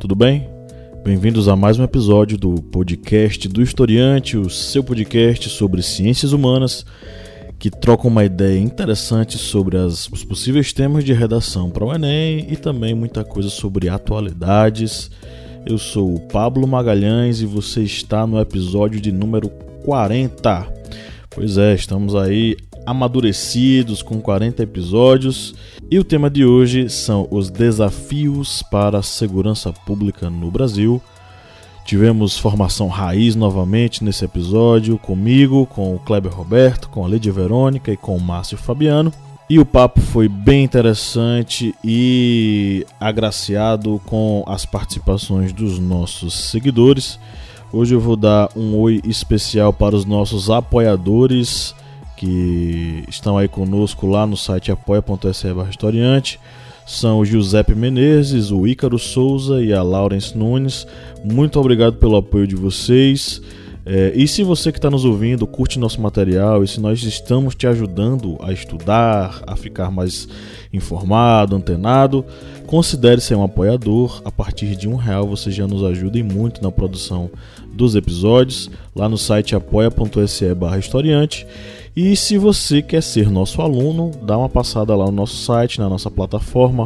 tudo bem? Bem-vindos a mais um episódio do podcast do Historiante, o seu podcast sobre ciências humanas, que troca uma ideia interessante sobre os possíveis temas de redação para o Enem e também muita coisa sobre atualidades. Eu sou o Pablo Magalhães e você está no episódio de número 40. Pois é, estamos aí amadurecidos com 40 episódios e o tema de hoje são os desafios para a segurança pública no Brasil. Tivemos formação raiz novamente nesse episódio, comigo, com o Kleber Roberto, com a Lídia Verônica e com o Márcio Fabiano. E o papo foi bem interessante e agraciado com as participações dos nossos seguidores. Hoje eu vou dar um oi especial para os nossos apoiadores que estão aí conosco lá no site apoia.se/historiante. São o Giuseppe Menezes, o Ícaro Souza e a Laurence Nunes. Muito obrigado pelo apoio de vocês. E se você que está nos ouvindo curte nosso material e se nós estamos te ajudando a estudar, a ficar mais informado, antenado, considere ser um apoiador. A partir de R$1 você já nos ajuda e muito na produção dos episódios lá no site apoia.se/historiante. E se você quer ser nosso aluno, dá uma passada lá no nosso site, na nossa plataforma,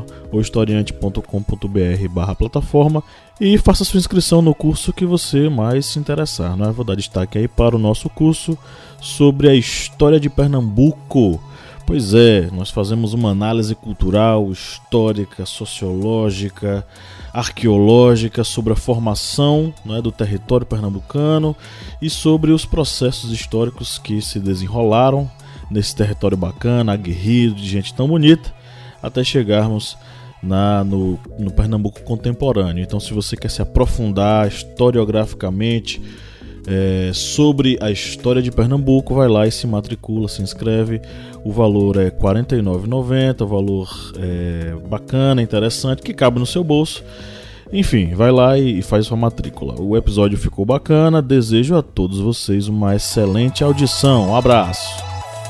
historiante.com.br/plataforma, e faça sua inscrição no curso que você mais se interessar. Eu vou dar destaque aí para o nosso curso sobre a história de Pernambuco. Pois é, nós fazemos uma análise cultural, histórica, sociológica, arqueológica sobre a formação do território pernambucano e sobre os processos históricos que se desenrolaram nesse território bacana, aguerrido, de gente tão bonita, até chegarmos no Pernambuco contemporâneo. Então, se você quer se aprofundar historiograficamente sobre a história de Pernambuco, vai lá e se matricula, se inscreve. O valor é R$ 49,90, valor bacana, interessante, que cabe no seu bolso. Enfim, vai lá e faz sua matrícula. O episódio ficou bacana, desejo a todos vocês uma excelente audição. Um abraço!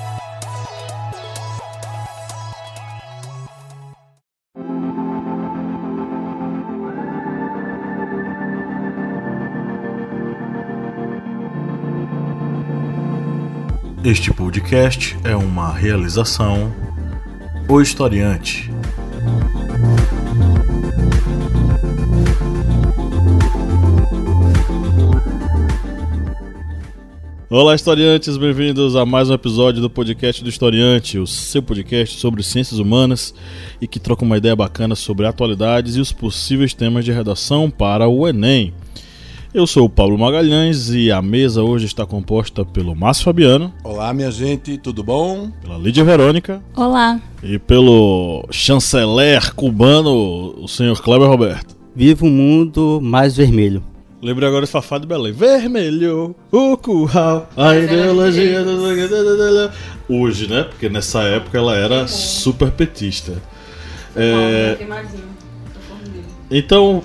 Este podcast é uma realização O Historiante. Olá, historiantes, bem-vindos a mais um episódio do podcast do Historiante, o seu podcast sobre ciências humanas e que troca uma ideia bacana sobre atualidades e os possíveis temas de redação para o Enem. Eu sou o Pablo Magalhães e a mesa hoje está composta pelo Márcio Fabiano. Olá, minha gente, tudo bom? Pela Lídia Verônica. Olá. E pelo chanceler cubano, o senhor Kleber Roberto. Viva um mundo mais vermelho. Lembrei agora de Fafá de Belém. Vermelho, o curral, a ideologia do... Hoje, né? Porque nessa época ela era super petista. Então...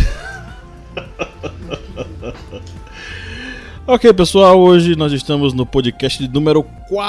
Ok, pessoal, hoje nós estamos no podcast de número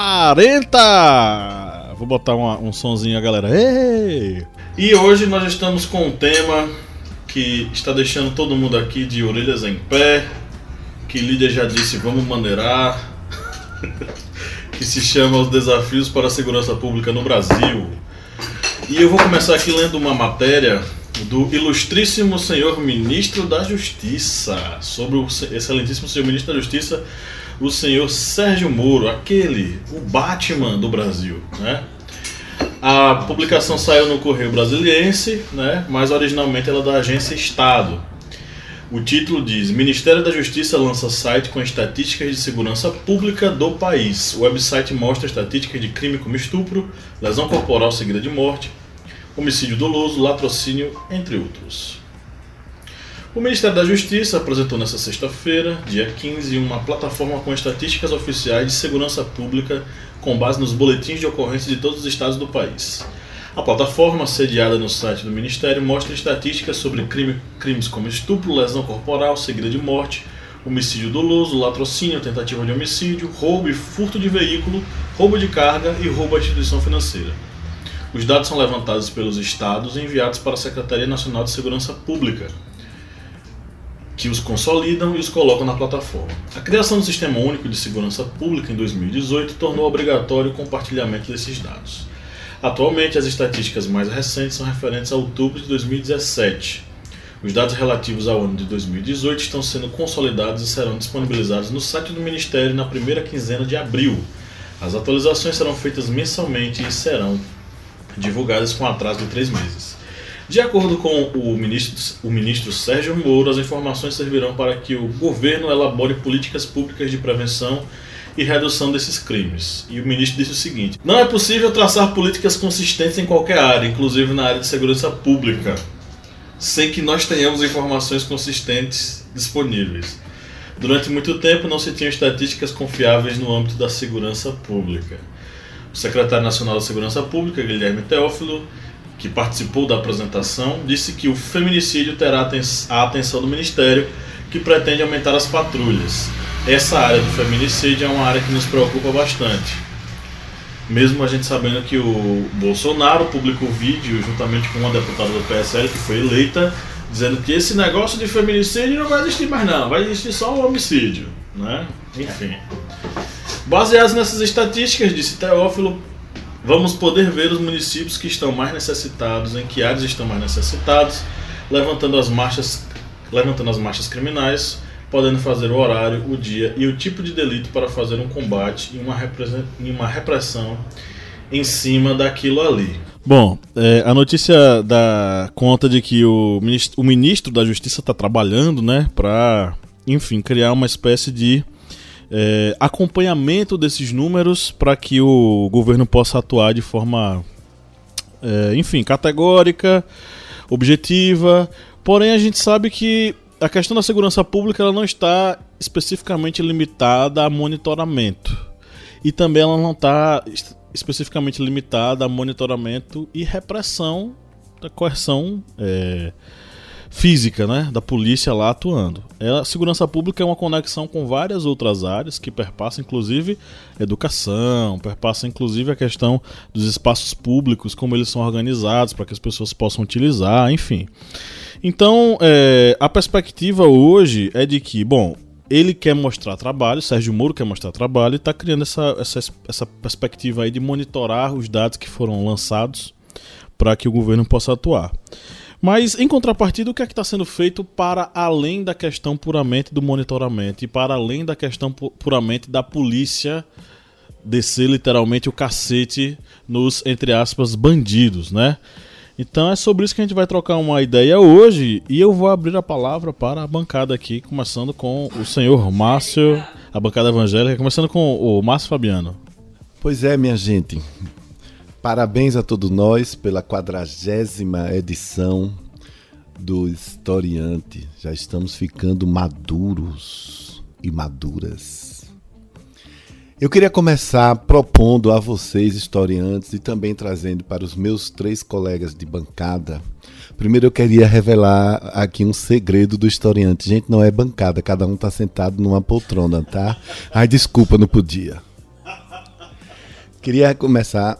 40. Vou botar um sonzinho, galera. Ei! E hoje nós estamos com um tema que está deixando todo mundo aqui de orelhas em pé, que Lídia já disse, vamos maneirar, que se chama Os Desafios para a Segurança Pública no Brasil. E eu vou começar aqui lendo uma matéria do ilustríssimo senhor Ministro da Justiça, sobre o excelentíssimo senhor Ministro da Justiça, o senhor Sérgio Moro, o Batman do Brasil, né? A publicação saiu no Correio Brasiliense, né? Mas originalmente ela é da Agência Estado. O título diz: Ministério da Justiça lança site com estatísticas de segurança pública do país. O website mostra estatísticas de crime como estupro, lesão corporal seguida de morte, homicídio doloso, latrocínio, entre outros. O Ministério da Justiça apresentou nesta sexta-feira, dia 15, uma plataforma com estatísticas oficiais de segurança pública com base nos boletins de ocorrência de todos os estados do país. A plataforma, sediada no site do Ministério, mostra estatísticas sobre crimes como estupro, lesão corporal, seguida de morte, homicídio doloso, latrocínio, tentativa de homicídio, roubo e furto de veículo, roubo de carga e roubo à instituição financeira. Os dados são levantados pelos estados e enviados para a Secretaria Nacional de Segurança Pública. que os consolidam e os colocam na plataforma. A criação do Sistema Único de Segurança Pública em 2018 tornou obrigatório o compartilhamento desses dados. Atualmente, as estatísticas mais recentes são referentes a outubro de 2017. Os dados relativos ao ano de 2018 estão sendo consolidados e serão disponibilizados no site do Ministério na primeira quinzena de abril. As atualizações serão feitas mensalmente e serão divulgadas com atraso de 3 meses. De acordo com o ministro Sérgio Moro, as informações servirão para que o governo elabore políticas públicas de prevenção e redução desses crimes. E o ministro disse o seguinte: não é possível traçar políticas consistentes em qualquer área, inclusive na área de segurança pública, sem que nós tenhamos informações consistentes disponíveis. Durante muito tempo não se tinham estatísticas confiáveis no âmbito da segurança pública. O secretário nacional da Segurança Pública, Guilherme Teófilo, que participou da apresentação, disse que o feminicídio terá a atenção do Ministério, que pretende aumentar as patrulhas. Essa área do feminicídio é uma área que nos preocupa bastante. Mesmo a gente sabendo que o Bolsonaro publicou vídeo juntamente com uma deputada do PSL que foi eleita, dizendo que esse negócio de feminicídio não vai existir mais não, vai existir só o homicídio, né? Enfim. Baseados nessas estatísticas, disse Teófilo, vamos poder ver os municípios que estão mais necessitados, em que áreas estão mais necessitados, levantando as marchas criminais, podendo fazer o horário, o dia e o tipo de delito para fazer um combate e uma repressão em cima daquilo ali. Bom, a notícia dá conta de que o ministro da Justiça está trabalhando, né, para, enfim, criar uma espécie de acompanhamento desses números para que o governo possa atuar de forma, enfim, categórica, objetiva. Porém, a gente sabe que a questão da segurança pública ela não está especificamente limitada a monitoramento. E também ela não está especificamente limitada a monitoramento e repressão da coerção física, né, da polícia lá atuando. A segurança pública é uma conexão com várias outras áreas que perpassam inclusive educação, perpassa inclusive a questão dos espaços públicos, como eles são organizados para que as pessoas possam utilizar, enfim. Então, a perspectiva hoje é de que, bom, ele quer mostrar trabalho, Sérgio Moro quer mostrar trabalho e está criando essa perspectiva aí de monitorar os dados que foram lançados para que o governo possa atuar. Mas, em contrapartida, o que é que está sendo feito para além da questão puramente do monitoramento e para além da questão puramente da polícia descer literalmente o cacete nos, entre aspas, bandidos, né? Então é sobre isso que a gente vai trocar uma ideia hoje e eu vou abrir a palavra para a bancada aqui, começando com o senhor Márcio, a bancada evangélica, começando com o Márcio Fabiano. Pois é, minha gente, parabéns a todos nós pela 40ª edição do Historiante. Já estamos ficando maduros e maduras. Eu queria começar propondo a vocês, historiantes, e também trazendo para os meus 3 colegas de bancada. Primeiro eu queria revelar aqui um segredo do historiante. Gente, não é bancada, cada um está sentado numa poltrona, tá? Ai, desculpa, não podia. Queria começar,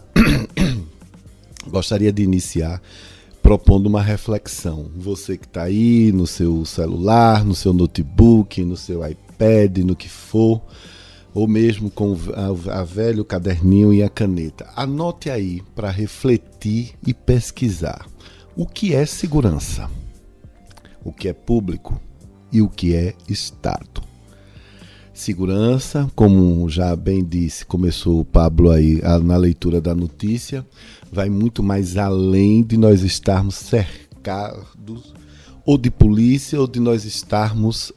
gostaria de iniciar propondo uma reflexão. Você que está aí no seu celular, no seu notebook, no seu iPad, no que for, ou mesmo com a velho caderninho e a caneta. Anote aí para refletir e pesquisar. O que é segurança? O que é público? E o que é Estado? Segurança, como já bem disse, começou o Pablo aí na leitura da notícia, vai muito mais além de nós estarmos cercados ou de polícia ou de nós estarmos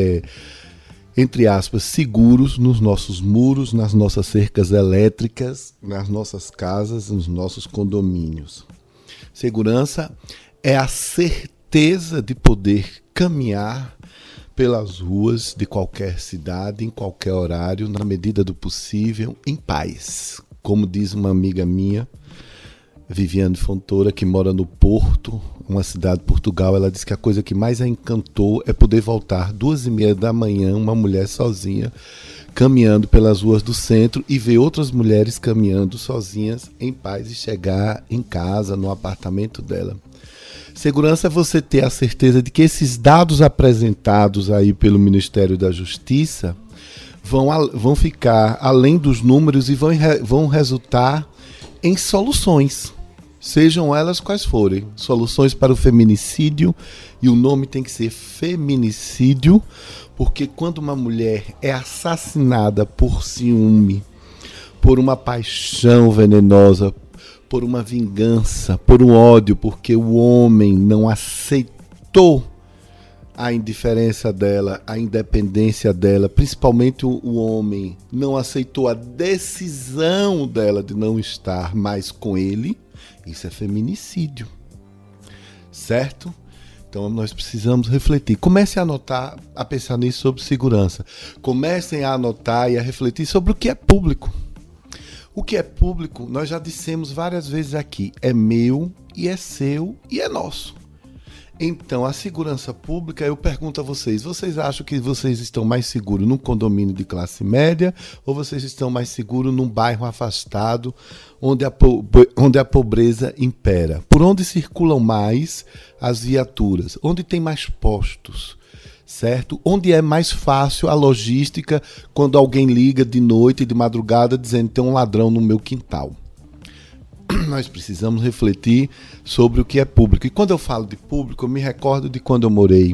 entre aspas, seguros nos nossos muros, nas nossas cercas elétricas, nas nossas casas, nos nossos condomínios. Segurança é a certeza de poder caminhar pelas ruas de qualquer cidade, em qualquer horário, na medida do possível, em paz. Como diz uma amiga minha, Viviane Fontoura, que mora no Porto, uma cidade de Portugal, ela disse que a coisa que mais a encantou é poder voltar 2h30 da manhã, uma mulher sozinha, caminhando pelas ruas do centro e ver outras mulheres caminhando sozinhas em paz e chegar em casa, no apartamento dela. Segurança é você ter a certeza de que esses dados apresentados aí pelo Ministério da Justiça vão ficar além dos números e vão resultar em soluções, sejam elas quais forem. Soluções para o feminicídio, e o nome tem que ser feminicídio, porque quando uma mulher é assassinada por ciúme, por uma paixão venenosa, por uma vingança, por um ódio, porque o homem não aceitou a indiferença dela, a independência dela, principalmente o homem não aceitou a decisão dela de não estar mais com ele, isso é feminicídio, certo? Então nós precisamos refletir. Comecem a anotar, a pensar nisso sobre segurança. Comecem a anotar e a refletir sobre o que é público. O que é público, nós já dissemos várias vezes aqui, é meu e é seu e é nosso. Então, a segurança pública, eu pergunto a vocês, vocês acham que vocês estão mais seguros num condomínio de classe média ou vocês estão mais seguros num bairro afastado onde a pobreza impera? Por onde circulam mais as viaturas? Onde tem mais postos? Certo? Onde é mais fácil a logística quando alguém liga de noite e de madrugada dizendo que tem um ladrão no meu quintal? Nós precisamos refletir sobre o que é público. E quando eu falo de público, eu me recordo de quando eu morei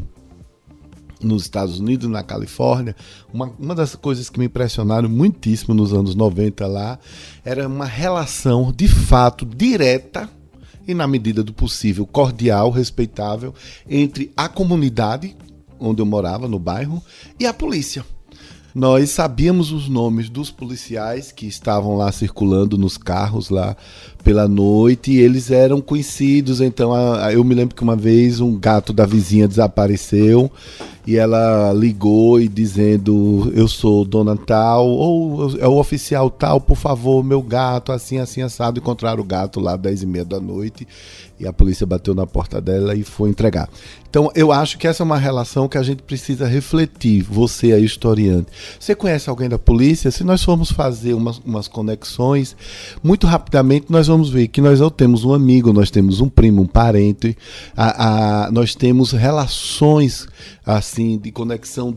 nos Estados Unidos, na Califórnia. Uma das coisas que me impressionaram muitíssimo nos anos 90 lá, era uma relação de fato direta e, na medida do possível, cordial, respeitável, entre a comunidade onde eu morava, no bairro, e a polícia. Nós sabíamos os nomes dos policiais que estavam lá circulando nos carros lá pela noite e eles eram conhecidos. Então eu me lembro que uma vez um gato da vizinha desapareceu e ela ligou e dizendo: eu sou dona tal, ou é o oficial tal, por favor, meu gato, assim, assim, assado. Encontraram o gato lá às 10h30 da noite e a polícia bateu na porta dela e foi entregar. Então eu acho que essa é uma relação que a gente precisa refletir. Você aí, historiante, você conhece alguém da polícia? Se nós formos fazer umas conexões, muito rapidamente nós vamos ver que nós temos um amigo, nós temos um primo, um parente, nós temos relações assim de conexão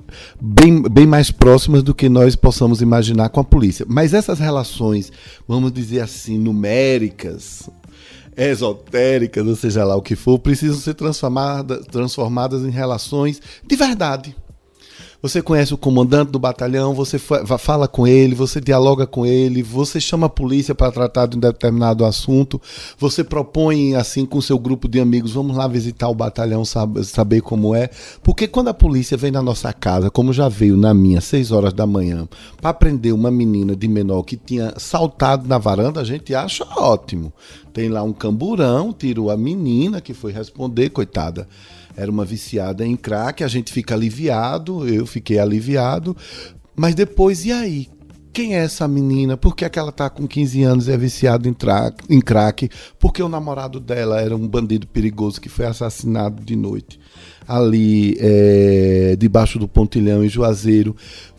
bem mais próximas do que nós possamos imaginar com a polícia. Mas essas relações, vamos dizer assim, numéricas, esotéricas, ou seja lá o que for, precisam ser transformadas em relações de verdade. Você conhece o comandante do batalhão, você fala com ele, você dialoga com ele, você chama a polícia para tratar de um determinado assunto, você propõe assim com o seu grupo de amigos, vamos lá visitar o batalhão, saber como é. Porque quando a polícia vem na nossa casa, como já veio na minha, 6 horas da manhã, para prender uma menina de menor que tinha saltado na varanda, a gente acha ótimo. Tem lá um camburão, tirou a menina que foi responder, coitada. Era uma viciada em crack, a gente fica aliviado, eu fiquei aliviado, mas depois, e aí? Quem é essa menina? Por que ela está com 15 anos e é viciada em crack? Porque o namorado dela era um bandido perigoso que foi assassinado de noite ali debaixo do pontilhão em Juazeiro.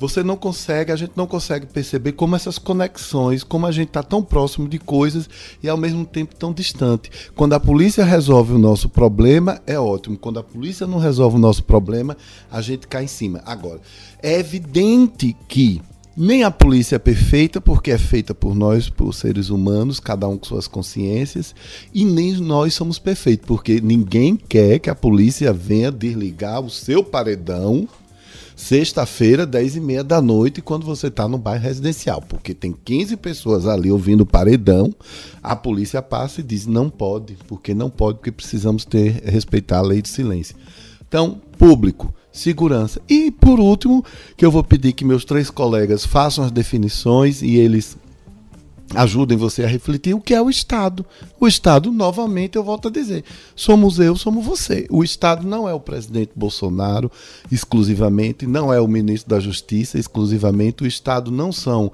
A gente não consegue perceber como essas conexões, como a gente está tão próximo de coisas e ao mesmo tempo tão distante. Quando a polícia resolve o nosso problema, é ótimo. Quando a polícia não resolve o nosso problema, a gente cai em cima. Agora, é evidente que nem a polícia é perfeita, porque é feita por nós, por seres humanos, cada um com suas consciências, e nem nós somos perfeitos, porque ninguém quer que a polícia venha desligar o seu paredão sexta-feira, 10h30 da noite, quando você está no bairro residencial, porque tem 15 pessoas ali ouvindo o paredão, a polícia passa e diz: não pode, porque precisamos respeitar a lei de silêncio. Então, público, segurança. E, por último, que eu vou pedir que meus 3 colegas façam as definições e eles ajudem você a refletir o que é o Estado. O Estado, novamente, eu volto a dizer, somos eu, somos você. O Estado não é o presidente Bolsonaro exclusivamente, não é o ministro da Justiça exclusivamente, o Estado não são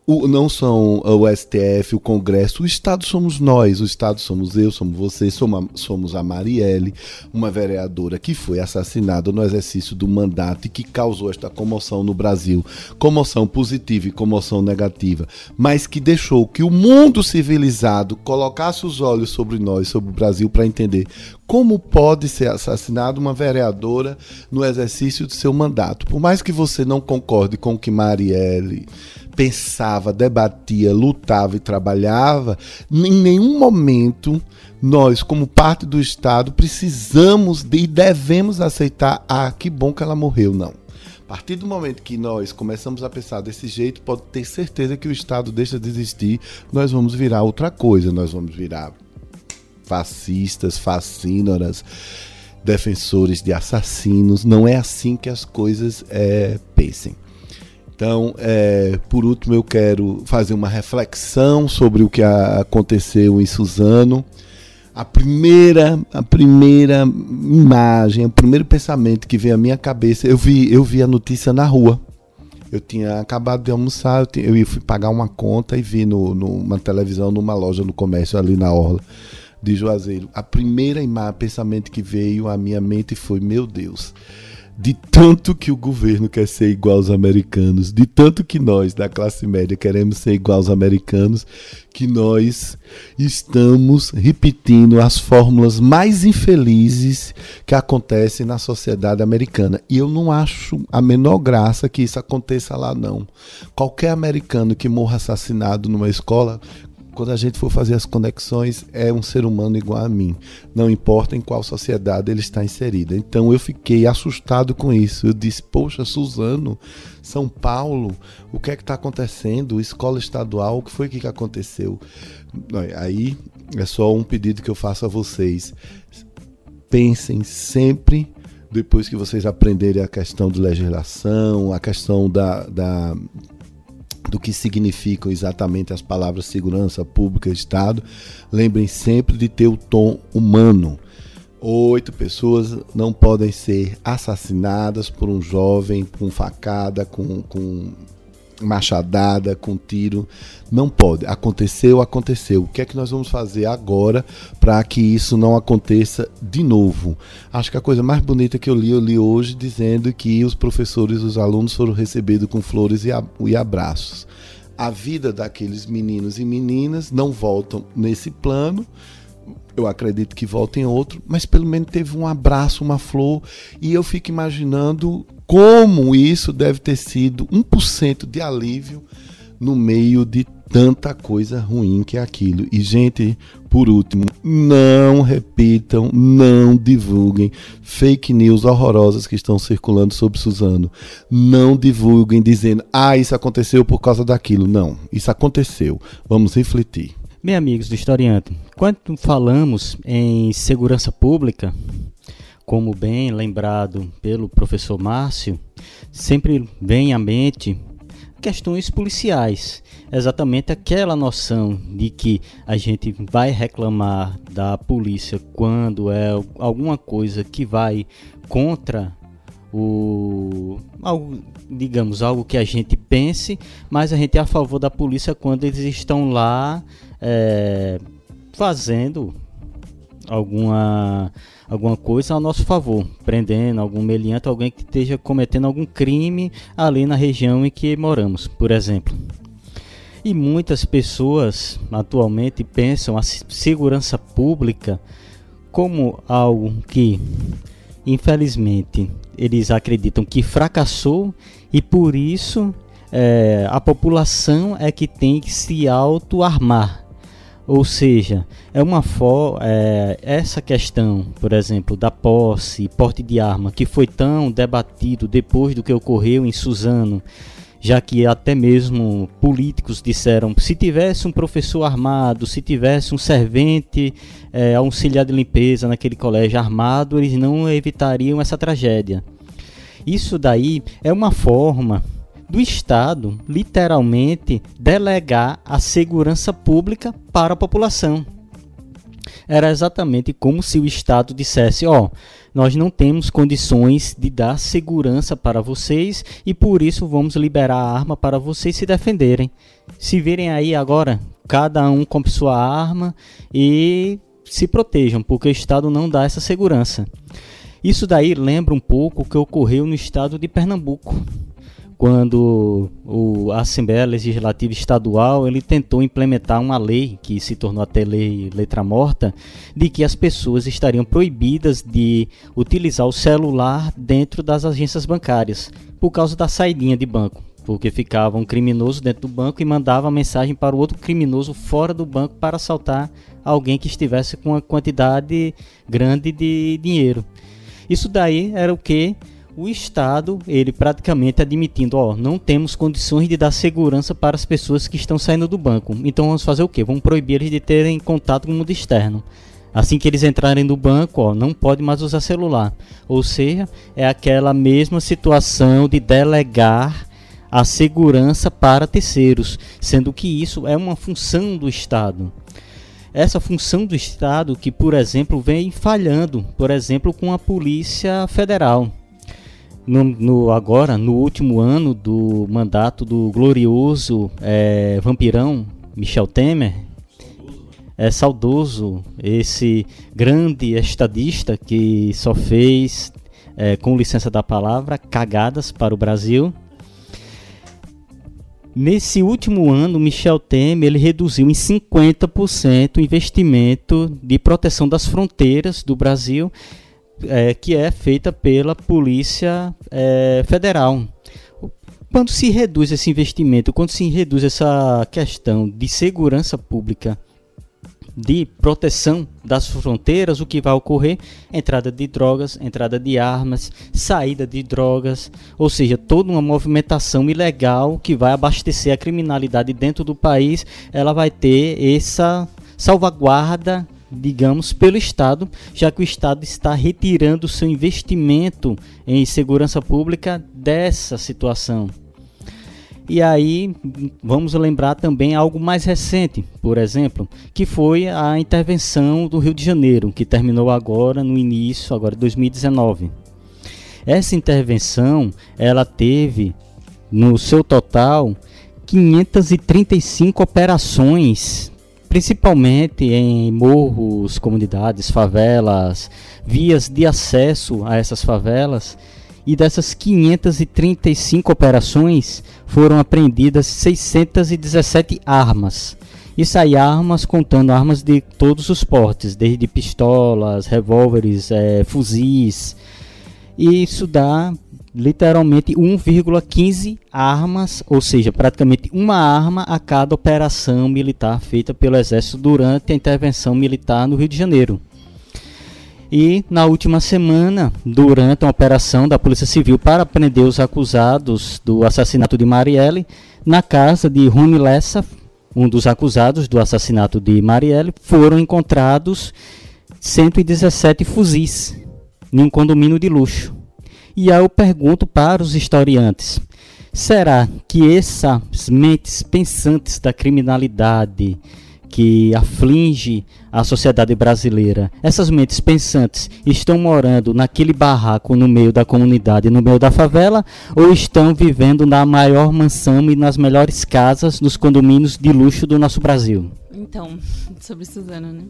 o STF, o Congresso, o Estado somos nós, o Estado somos eu, somos você, somos a Marielle, uma vereadora que foi assassinada no exercício do mandato e que causou esta comoção no Brasil, comoção positiva e comoção negativa, mas que deixou achou que o mundo civilizado colocasse os olhos sobre nós, sobre o Brasil, para entender como pode ser assassinada uma vereadora no exercício do seu mandato. Por mais que você não concorde com o que Marielle pensava, debatia, lutava e trabalhava, em nenhum momento nós, como parte do Estado, precisamos e devemos aceitar, que bom que ela morreu, não. A partir do momento que nós começamos a pensar desse jeito, pode ter certeza que o Estado deixa de existir, nós vamos virar outra coisa, nós vamos virar fascistas, fascínoras, defensores de assassinos. Não é assim que as coisas pensem. Então, por último, eu quero fazer uma reflexão sobre o que aconteceu em Suzano. A primeira imagem, o primeiro pensamento que veio à minha cabeça, eu vi a notícia na rua. Eu tinha acabado de almoçar, eu fui pagar uma conta e vi numa televisão, numa loja no comércio ali na orla de Juazeiro. A primeira pensamento que veio à minha mente foi: meu Deus, de tanto que o governo quer ser igual aos americanos, de tanto que nós, da classe média, queremos ser igual aos americanos, que nós estamos repetindo as fórmulas mais infelizes que acontecem na sociedade americana. E eu não acho a menor graça que isso aconteça lá, não. Qualquer americano que morra assassinado numa escola, quando a gente for fazer as conexões, é um ser humano igual a mim. Não importa em qual sociedade ele está inserido. Então eu fiquei assustado com isso. Eu disse: poxa, Suzano, São Paulo, o que é que está acontecendo? Escola estadual, o que foi que aconteceu? Aí é só um pedido que eu faço a vocês. Pensem sempre, depois que vocês aprenderem a questão de legislação, a questão do que significam exatamente as palavras segurança pública e Estado, lembrem sempre de ter o tom humano. 8 pessoas não podem ser assassinadas por um jovem com facada, com machadada, com tiro. Não pode. Aconteceu. O que é que nós vamos fazer agora para que isso não aconteça de novo? Acho que a coisa mais bonita que eu li hoje, dizendo que os professores e os alunos foram recebidos com flores e abraços. A vida daqueles meninos e meninas não voltam nesse plano. Eu acredito que voltem outro, mas pelo menos teve um abraço, uma flor, e eu fico imaginando como isso deve ter sido 1% de alívio no meio de tanta coisa ruim que é aquilo. E, gente, por último, não repitam, não divulguem fake news horrorosas que estão circulando sobre Suzano. Não divulguem dizendo: isso aconteceu por causa daquilo. Não, isso aconteceu. Vamos refletir. Bem, amigos do Historiante, quando falamos em segurança pública, como bem lembrado pelo professor Márcio, sempre vem à mente questões policiais. Exatamente aquela noção de que a gente vai reclamar da polícia quando é alguma coisa que vai contra algo que a gente pense, mas a gente é a favor da polícia quando eles estão lá fazendo alguma coisa a nosso favor, prendendo algum meliante, alguém que esteja cometendo algum crime ali na região em que moramos, por exemplo. E muitas pessoas atualmente pensam a segurança pública como algo que, infelizmente, eles acreditam que fracassou e por isso a população é que tem que se auto-armar. Ou seja, essa questão, por exemplo, da posse e porte de arma, que foi tão debatido depois do que ocorreu em Suzano, já que até mesmo políticos disseram: se tivesse um professor armado, se tivesse um servente auxiliar de limpeza naquele colégio armado, eles não evitariam essa tragédia. Isso daí é uma forma do Estado, literalmente, delegar a segurança pública para a população. Era exatamente como se o Estado dissesse: nós não temos condições de dar segurança para vocês e por isso vamos liberar a arma para vocês se defenderem. Se virem aí agora, cada um compre sua arma e se protejam, porque o Estado não dá essa segurança. Isso daí lembra um pouco o que ocorreu no estado de Pernambuco, quando a Assembleia Legislativa Estadual ele tentou implementar uma lei, que se tornou até lei letra morta, de que as pessoas estariam proibidas de utilizar o celular dentro das agências bancárias, por causa da saidinha de banco, porque ficava um criminoso dentro do banco e mandava mensagem para o outro criminoso fora do banco para assaltar alguém que estivesse com uma quantidade grande de dinheiro. Isso daí era o que o Estado, ele praticamente admitindo, não temos condições de dar segurança para as pessoas que estão saindo do banco. Então vamos fazer o quê? Vamos proibir eles de terem contato com o mundo externo. Assim que eles entrarem no banco, não pode mais usar celular. Ou seja, é aquela mesma situação de delegar a segurança para terceiros, sendo que isso é uma função do Estado. Essa função do Estado que, por exemplo, vem falhando, por exemplo, com a Polícia Federal. Agora, no último ano do mandato do glorioso vampirão Michel Temer, saudoso, esse grande estadista que só fez, com licença da palavra, cagadas para o Brasil. Nesse último ano, Michel Temer ele reduziu em 50% o investimento de proteção das fronteiras do Brasil, que é feita pela Polícia Federal. Quando se reduz esse investimento, quando se reduz essa questão de segurança pública, de proteção das fronteiras, o que vai ocorrer? Entrada de drogas, entrada de armas, saída de drogas, ou seja, toda uma movimentação ilegal que vai abastecer a criminalidade dentro do país, ela vai ter essa salvaguarda, digamos, pelo Estado, já que o Estado está retirando seu investimento em segurança pública dessa situação. E aí vamos lembrar também algo mais recente, por exemplo, que foi a intervenção do Rio de Janeiro, que terminou agora no início, agora de 2019. Essa intervenção, ela teve no seu total 535 operações, principalmente em morros, comunidades, favelas, vias de acesso a essas favelas. E dessas 535 operações foram apreendidas 617 armas. Isso aí, armas contando armas de todos os portes, desde pistolas, revólveres, fuzis. E isso dá literalmente 1,15 armas, ou seja, praticamente uma arma a cada operação militar feita pelo Exército durante a intervenção militar no Rio de Janeiro. E na última semana, durante uma operação da Polícia Civil para prender os acusados do assassinato de Marielle, na casa de Rony Lessa, um dos acusados do assassinato de Marielle, foram encontrados 117 fuzis em um condomínio de luxo. E aí eu pergunto para os historiantes, será que essas mentes pensantes da criminalidade que aflige a sociedade brasileira, essas mentes pensantes estão morando naquele barraco no meio da comunidade, no meio da favela, ou estão vivendo na maior mansão e nas melhores casas dos condomínios de luxo do nosso Brasil? Então, sobre Suzano, né?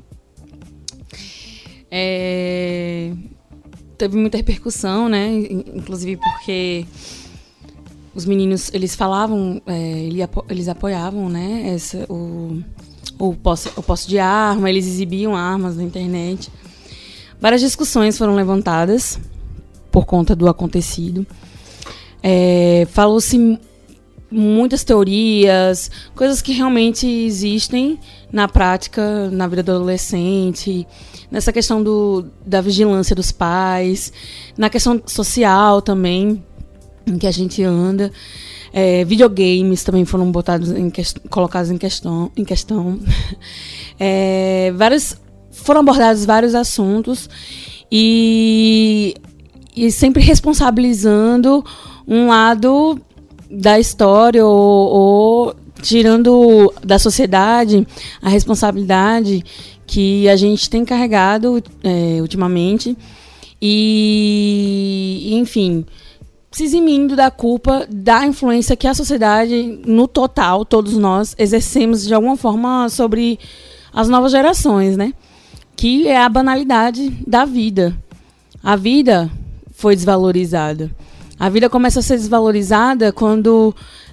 Teve muita repercussão, né? Inclusive porque os meninos, eles falavam, eles apoiavam, né? O posse de arma, eles exibiam armas na internet. Várias discussões foram levantadas por conta do acontecido. Falou-se muitas teorias, coisas que realmente existem na prática, na vida do adolescente, nessa questão da vigilância dos pais, na questão social também, em que a gente anda. Videogames também foram colocados em questão. Foram abordados vários assuntos e sempre responsabilizando um lado da história ou tirando da sociedade a responsabilidade que a gente tem carregado ultimamente e enfim, se eximindo da culpa da influência que a sociedade, no total, todos nós, exercemos de alguma forma sobre as novas gerações, né? Que é a banalidade da vida. A vida foi desvalorizada. A vida começa a ser desvalorizada quando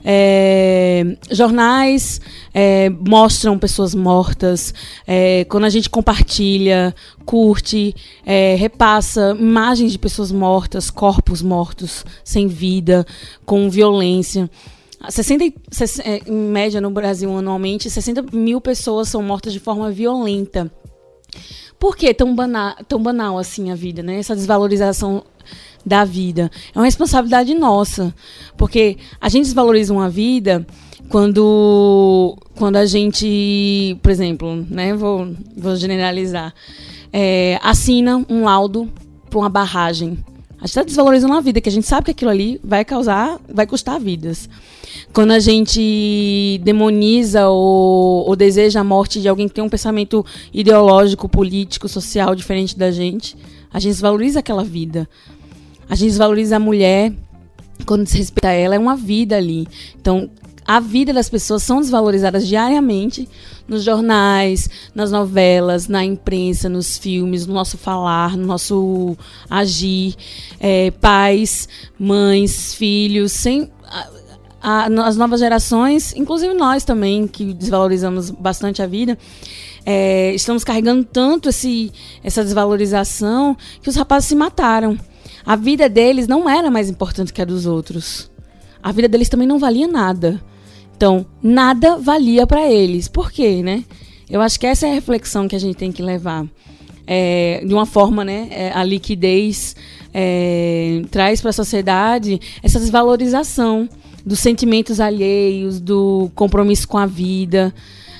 jornais mostram pessoas mortas, quando a gente compartilha, curte, repassa imagens de pessoas mortas, corpos mortos, sem vida, com violência. Em média, no Brasil, anualmente, 60 mil pessoas são mortas de forma violenta. Por que tão banal assim a vida, né? Essa desvalorização da vida. É uma responsabilidade nossa, porque a gente desvaloriza uma vida quando a gente, por exemplo, né, vou generalizar, assina um laudo para uma barragem. A gente está desvalorizando a vida, que a gente sabe que aquilo ali vai custar vidas. Quando a gente demoniza ou deseja a morte de alguém que tem um pensamento ideológico, político, social diferente da gente, a gente desvaloriza aquela vida. A gente desvaloriza a mulher quando desrespeita ela, é uma vida ali. Então, a vida das pessoas são desvalorizadas diariamente nos jornais, nas novelas, na imprensa, nos filmes, no nosso falar, no nosso agir. Pais, mães, filhos, as novas gerações, inclusive nós também, que desvalorizamos bastante a vida, estamos carregando tanto essa desvalorização que os rapazes se mataram. A vida deles não era mais importante que a dos outros. A vida deles também não valia nada. Então, nada valia para eles. Por quê, né? Eu acho que essa é a reflexão que a gente tem que levar. De uma forma, né, a liquidez traz para a sociedade essa desvalorização dos sentimentos alheios, do compromisso com a vida.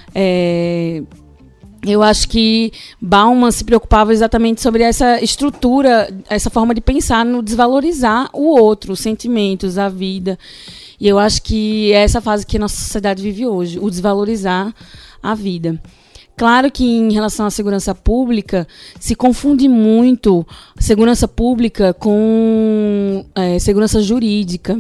Eu acho que Bauman se preocupava exatamente sobre essa estrutura, essa forma de pensar no desvalorizar o outro, os sentimentos, a vida. E eu acho que é essa fase que a nossa sociedade vive hoje, o desvalorizar a vida. Claro que em relação à segurança pública, se confunde muito segurança pública com segurança jurídica.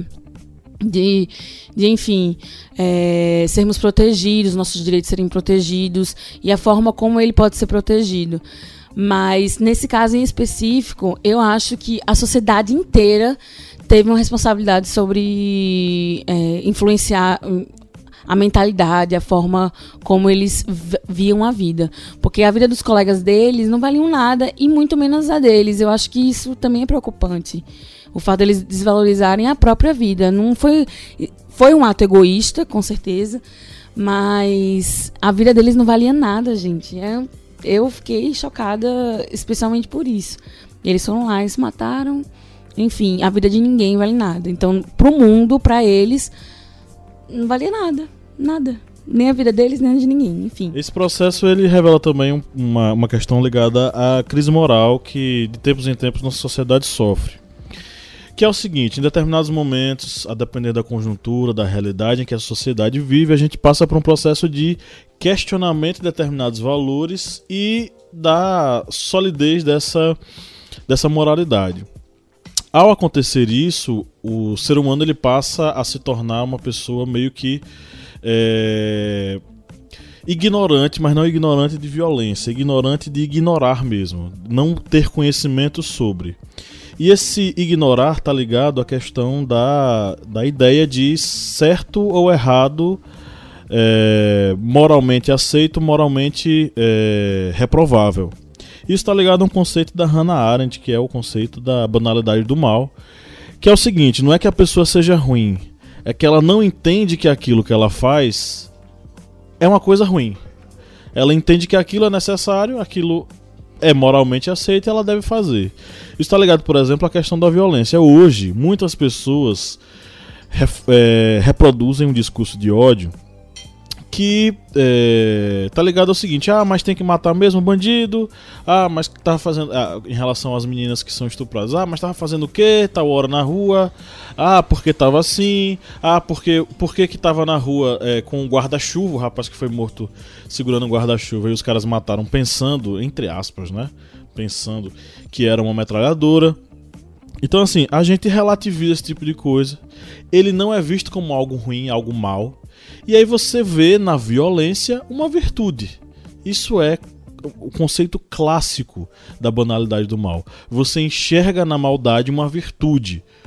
Enfim, sermos protegidos, nossos direitos serem protegidos e a forma como ele pode ser protegido. Mas, nesse caso em específico, eu acho que a sociedade inteira teve uma responsabilidade sobre influenciar a mentalidade, a forma como eles viam a vida. Porque a vida dos colegas deles não valiam nada e muito menos a deles. Eu acho que isso também é preocupante. O fato deles desvalorizarem a própria vida. Não foi um ato egoísta, com certeza, mas a vida deles não valia nada, gente. Eu fiquei chocada, especialmente por isso. Eles foram lá e se mataram. Enfim, a vida de ninguém vale nada. Então, pro mundo, pra eles, não valia nada. Nada. Nem a vida deles, nem a de ninguém, enfim. Esse processo, ele revela também uma questão ligada à crise moral que, de tempos em tempos, nossa sociedade sofre. Que é o seguinte, em determinados momentos, a depender da conjuntura, da realidade em que a sociedade vive, a gente passa por um processo de questionamento de determinados valores e da solidez dessa moralidade. Ao acontecer isso, o ser humano ele passa a se tornar uma pessoa meio que ignorante, mas não ignorante de violência, ignorante de ignorar mesmo, não ter conhecimento sobre. E esse ignorar está ligado à questão da ideia de certo ou errado, moralmente aceito, moralmente reprovável. Isso está ligado a um conceito da Hannah Arendt, que é o conceito da banalidade do mal, que é o seguinte, não é que a pessoa seja ruim, é que ela não entende que aquilo que ela faz é uma coisa ruim. Ela entende que aquilo é necessário, aquilo é moralmente aceito e ela deve fazer. Isso está ligado, por exemplo, à questão da violência. Hoje, muitas pessoas reproduzem um discurso de ódio que tá ligado ao seguinte: mas tem que matar mesmo o bandido, mas tava fazendo, em relação às meninas que são estupradas, mas tava fazendo o quê? Tal hora na rua, porque tava assim, porque que tava na rua com um guarda-chuva, o rapaz que foi morto segurando um guarda-chuva, e os caras mataram pensando, entre aspas, né? Pensando que era uma metralhadora. Então assim, a gente relativiza esse tipo de coisa, ele não é visto como algo ruim, algo mal. E aí você vê na violência uma virtude. Isso é o conceito clássico da banalidade do mal. Você enxerga na maldade uma virtude.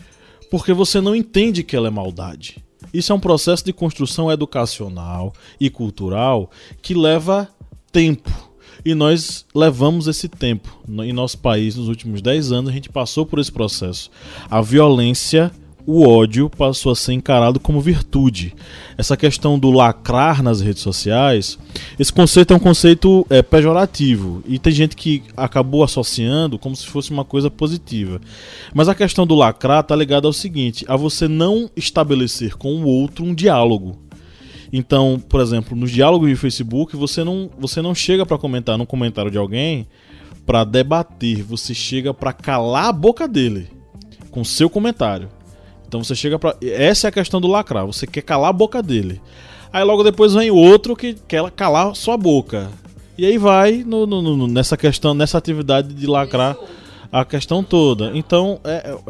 porque você não entende que ela é maldade. Isso é um processo de construção educacional e cultural que leva tempo. E nós levamos esse tempo. Em nosso país, nos últimos 10 anos, a gente passou por esse processo. A violência, o ódio passou a ser encarado como virtude. Essa questão do lacrar nas redes sociais, esse conceito é um conceito pejorativo. E tem gente que acabou associando como se fosse uma coisa positiva. Mas a questão do lacrar está ligada ao seguinte, a você não estabelecer com o outro um diálogo. Então, por exemplo, nos diálogos de Facebook, você não chega para comentar num comentário de alguém para debater, você chega para calar a boca dele com seu comentário. Então você chega pra... Essa é a questão do lacrar. Você quer calar a boca dele. Aí logo depois vem outro que quer calar sua boca. E aí vai nessa questão, nessa atividade de lacrar a questão toda. Então é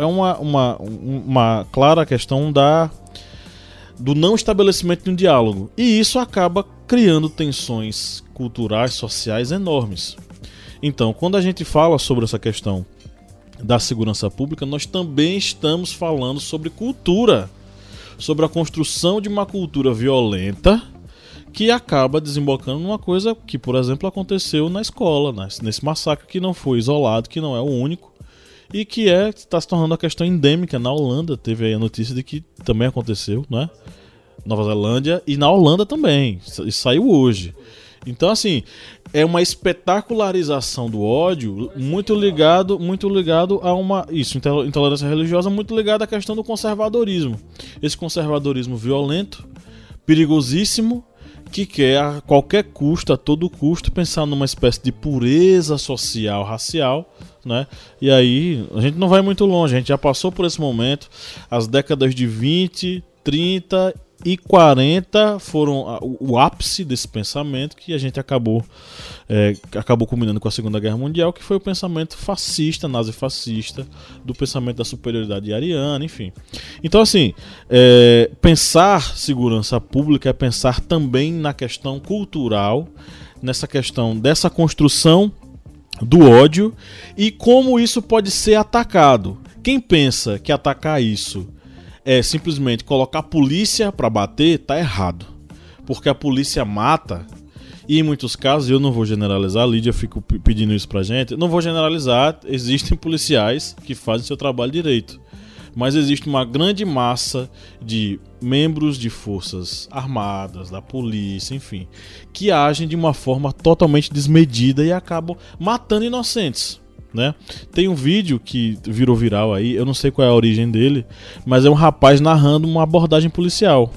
uma clara questão do não estabelecimento de um diálogo. E isso acaba criando tensões culturais, sociais enormes. Então, quando a gente fala sobre essa questão da segurança pública, nós também estamos falando sobre cultura, sobre a construção de uma cultura violenta que acaba desembocando numa coisa que, por exemplo, aconteceu na escola, nesse massacre que não foi isolado, que não é o único e que está se tornando uma questão endêmica. Na Holanda teve aí a notícia de que também aconteceu, né? Nova Zelândia e na Holanda também, isso saiu hoje. Então, assim, é uma espetacularização do ódio muito ligado a intolerância religiosa, muito ligado à questão do conservadorismo. Esse conservadorismo violento, perigosíssimo, que quer a qualquer custo, a todo custo, pensar numa espécie de pureza social, racial, né? E aí, a gente não vai muito longe, a gente já passou por esse momento, as décadas de 20, 30 e 40 foram o ápice desse pensamento que a gente acabou culminando com a Segunda Guerra Mundial, que foi o pensamento fascista, nazifascista, do pensamento da superioridade ariana, enfim. Então, assim, pensar segurança pública é pensar também na questão cultural, nessa questão dessa construção do ódio e como isso pode ser atacado. Quem pensa que atacar isso é simplesmente colocar a polícia para bater, tá errado. Porque a polícia mata, e em muitos casos, eu não vou generalizar, a Lídia fica pedindo isso pra gente, não vou generalizar, existem policiais que fazem seu trabalho direito. Mas existe uma grande massa de membros de forças armadas, da polícia, enfim, que agem de uma forma totalmente desmedida e acabam matando inocentes. Né? Tem um vídeo que virou viral aí, eu não sei qual é a origem dele, mas é um rapaz narrando uma abordagem policial.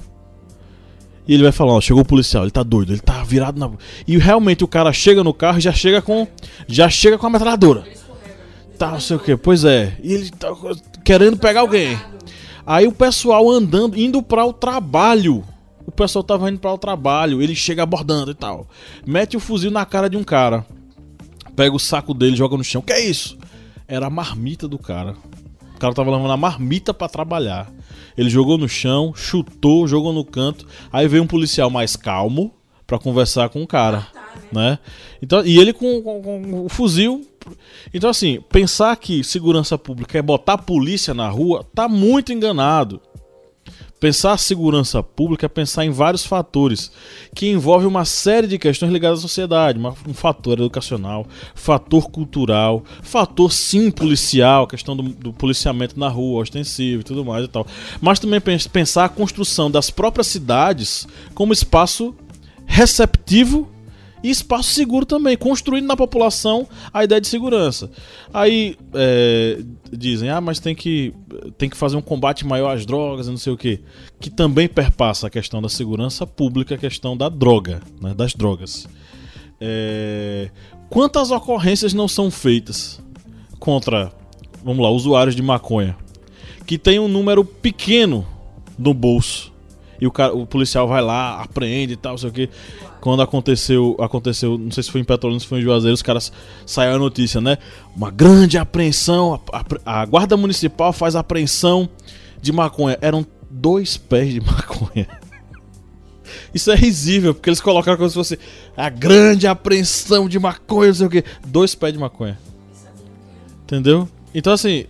E ele vai falar, ó, chegou o policial, ele tá doido, ele tá virado na... E realmente o cara chega no carro e já chega com a metralhadora. Tá, não sei o que, pois é. E ele tá querendo pegar alguém. Aí o pessoal andando, indo para o trabalho. O pessoal tava indo para o trabalho, ele chega abordando e tal. Mete o fuzil na cara de um cara. Pega o saco dele, joga no chão. Que é isso? Era a marmita do cara. O cara tava levando a marmita pra trabalhar. Ele jogou no chão, chutou, jogou no canto. Aí veio um policial mais calmo pra conversar com o cara, né? Então, e ele com o fuzil. Então, assim, pensar que segurança pública é botar a polícia na rua, tá muito enganado. Pensar segurança pública é pensar em vários fatores que envolvem uma série de questões ligadas à sociedade. Um fator educacional, fator cultural, fator sim policial, a questão do policiamento na rua, ostensivo e tudo mais e tal. Mas também pensar a construção das próprias cidades como espaço receptivo e espaço seguro também, construindo na população a ideia de segurança. Aí dizem, mas tem que fazer um combate maior às drogas e não sei o quê, que também perpassa a questão da segurança pública, a questão da droga, né, das drogas. Quantas ocorrências não são feitas contra, vamos lá, usuários de maconha, que tem um número pequeno no bolso, e o policial vai lá, apreende e tal, não sei o quê. Quando aconteceu, não sei se foi em Petrolina, se foi em Juazeiro, os caras saiu a notícia, né? Uma grande apreensão, a guarda municipal faz apreensão de maconha. Eram 2 pés de maconha. Isso é risível, porque eles colocaram como se fosse a grande apreensão de maconha, não sei o quê. 2 pés de maconha. Entendeu? Então, assim,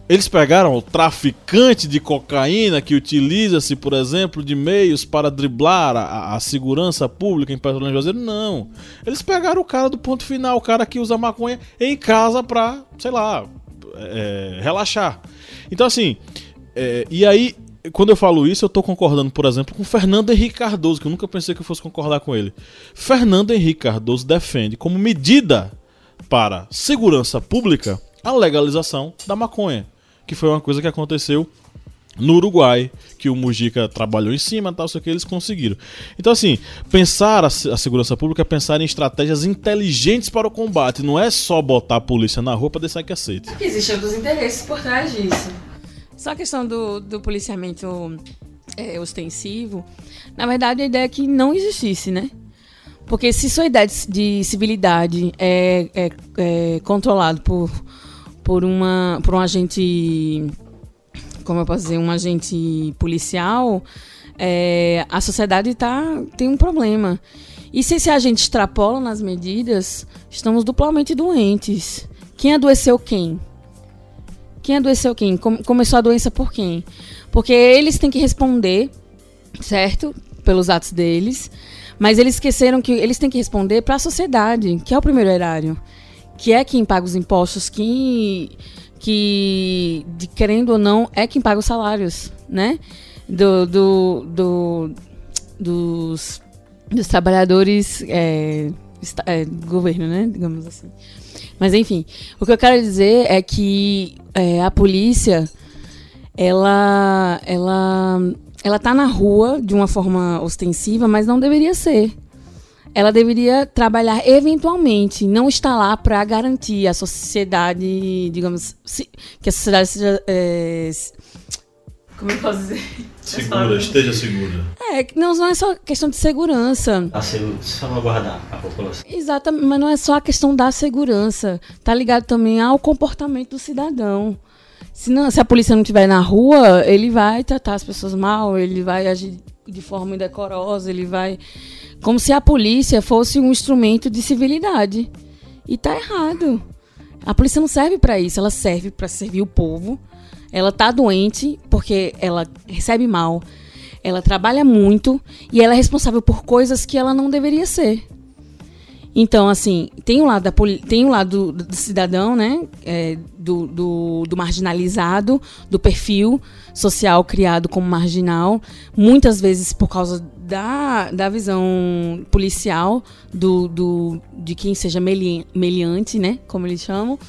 Eles pegaram o traficante de cocaína que utiliza-se, por exemplo, de meios para driblar a segurança pública em Petrolina e Juazeiro? Não. Eles pegaram o cara do ponto final, o cara que usa maconha em casa pra, sei lá, relaxar. Então, assim, e aí, quando eu falo isso, eu tô concordando, por exemplo, com Fernando Henrique Cardoso, que eu nunca pensei que eu fosse concordar com ele. Fernando Henrique Cardoso defende como medida para segurança pública a legalização da maconha, que foi uma coisa que aconteceu no Uruguai, que o Mujica trabalhou em cima, tal, sei o que eles conseguiram. Então, assim, pensar a segurança pública é pensar em estratégias inteligentes para o combate, não é só botar a polícia na rua para deixar que aceite. Porque existem outros interesses por trás disso. Só a questão do policiamento ostensivo, na verdade a ideia é que não existisse, né? Porque se sua ideia de civilidade é controlado por um agente, como eu posso dizer, um agente policial, a sociedade tem um problema. E se esse agente extrapola nas medidas, estamos duplamente doentes. Quem adoeceu quem? Quem adoeceu quem? Começou a doença por quem? Porque eles têm que responder, certo? Pelos atos deles, mas eles esqueceram que eles têm que responder para a sociedade, que é o primeiro erário, que é quem paga os impostos, que querendo ou não, é quem paga os salários, né? Dos trabalhadores do governo, né? Digamos assim. Mas, enfim, o que eu quero dizer é que a polícia, ela tá na rua de uma forma ostensiva, mas não deveria ser. Ela deveria trabalhar eventualmente, não estar lá para garantir a sociedade, digamos, que a sociedade seja... como eu posso dizer? Segura, esteja segura. Não é só questão de segurança. Salvaguardar a população. Exatamente, mas não é só a questão da segurança. Tá ligado também ao comportamento do cidadão. Se a polícia não estiver na rua, ele vai tratar as pessoas mal, ele vai agir de forma indecorosa, ele vai... Como se a polícia fosse um instrumento de civilidade. E tá errado. A polícia não serve para isso, ela serve para servir o povo. Ela tá doente porque ela recebe mal, ela trabalha muito e ela é responsável por coisas que ela não deveria ser. Então, assim, tem o lado do cidadão, né? Do marginalizado, do perfil social criado como marginal, muitas vezes por causa da visão policial de quem seja meliante, né? Como eles chamam.